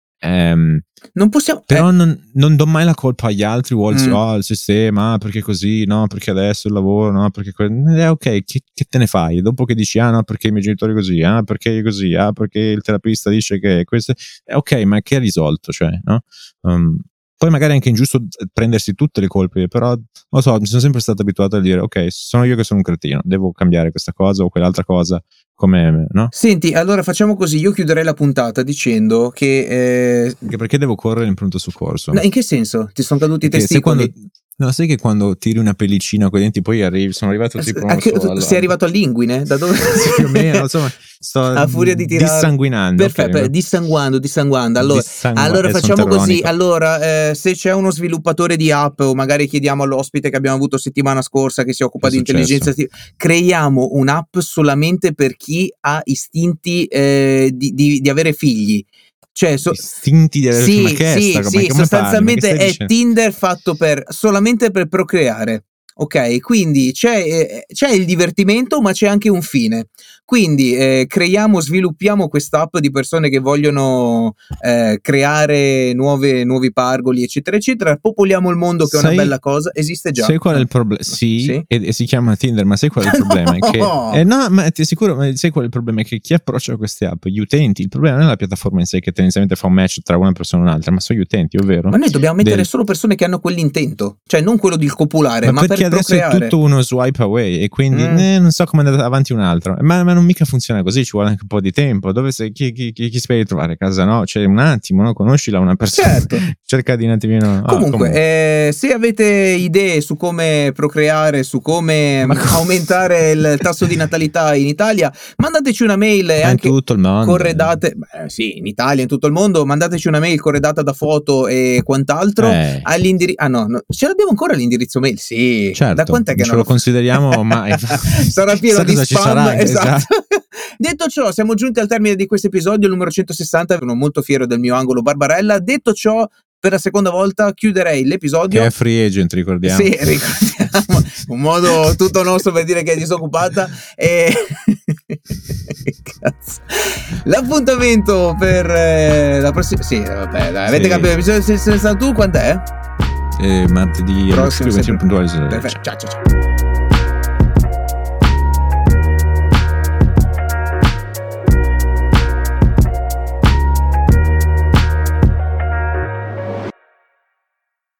Um, non possiamo però eh. non, non do mai la colpa agli altri o al, mm. oh, al sistema, ah, perché così, no, perché adesso il lavoro, no, perché que- eh, ok, che, che te ne fai dopo che dici ah no perché i miei genitori così, ah perché così, ah perché il terapista dice che questo è ok, ma che ha risolto, cioè, no? Um, poi magari è anche ingiusto prendersi tutte le colpe, però non lo so, mi sono sempre stato abituato a dire ok, sono io che sono un cretino, devo cambiare questa cosa o quell'altra cosa, come, no? Senti, allora facciamo così, io chiuderei la puntata dicendo che eh... Anche perché devo correre in pronto soccorso. No, in che senso? Ti sono caduti i testicoli? Quando, no, sai che quando tiri una pellicina con i denti poi arrivi, sono arrivato tipo anche, so, allora. Sei arrivato all'inguine? Da dove? Sì, più o meno, insomma, sto a furia di tirare dissanguinando. Perfetto, okay. dissanguando, dissanguando. Allora, Dissangua- allora facciamo terronico. così. Allora, eh, se c'è uno sviluppatore di app, o magari chiediamo all'ospite che abbiamo avuto settimana scorsa che si occupa di intelligenza, creiamo un'app solamente per chi ha istinti eh, di, di, di avere figli. Cioè, so- istinti di avere sì, figli, ma che sì, è sta, sì, come sostanzialmente parli? è dicendo? Tinder fatto per solamente per procreare. Ok, quindi c'è, eh, c'è il divertimento, ma c'è anche un fine. Quindi eh, creiamo, sviluppiamo quest'app di persone che vogliono eh, creare nuove, nuovi pargoli, eccetera, eccetera. Popoliamo il mondo, che sai, è una bella cosa. Esiste già. Sai qual è il problema? Sì, sì? E, e si chiama Tinder, ma sai qual è il problema? no! È che, eh, no, ma ti assicuro, ma sai qual è il problema? È che chi approccia queste app, gli utenti, il problema non è la piattaforma in sé che tendenzialmente fa un match tra una persona e un'altra, ma sono gli utenti, ovvero? Ma noi dobbiamo mettere del... solo persone che hanno quell'intento, cioè non quello di copulare, ma, ma per perché adesso procreare. è tutto uno swipe away e quindi mm. eh, non so come andare avanti un altro, ma, ma non mica funziona così, ci vuole anche un po' di tempo. Dove sei, chi, chi, chi, chi speri di trovare a casa, no? Cioè un attimo, no? Conoscila una persona, certo. cerca di un attimino. Comunque, ah, comunque. Eh, se avete idee su come procreare, su come ma aumentare il tasso di natalità in Italia, mandateci una mail e anche in tutto il mondo, corredate, beh, sì, in Italia, in tutto il mondo, mandateci una mail corredata da foto e quant'altro eh. all'indirizzo. Ah no, no, ce l'abbiamo ancora l'indirizzo mail? Sì, certo, da quant'è che ce non lo consideriamo mai? Sarà pieno di spam, sarà, esatto. esatto. Detto ciò, siamo giunti al termine di questo episodio, il numero centosessanta. Sono molto fiero del mio angolo Barbarella. Detto ciò, per la seconda volta chiuderei l'episodio. Che è free agent, ricordiamo. Sì, ricordiamo. Un modo tutto nostro per dire che è disoccupata. E cazzo. L'appuntamento per eh, la prossima. Sì, vabbè, dai, avete sì. capito l'episodio sessantuno quant'è? Eh, martedì prossimo, puntuali. Perfetto. Ciao, ciao, ciao.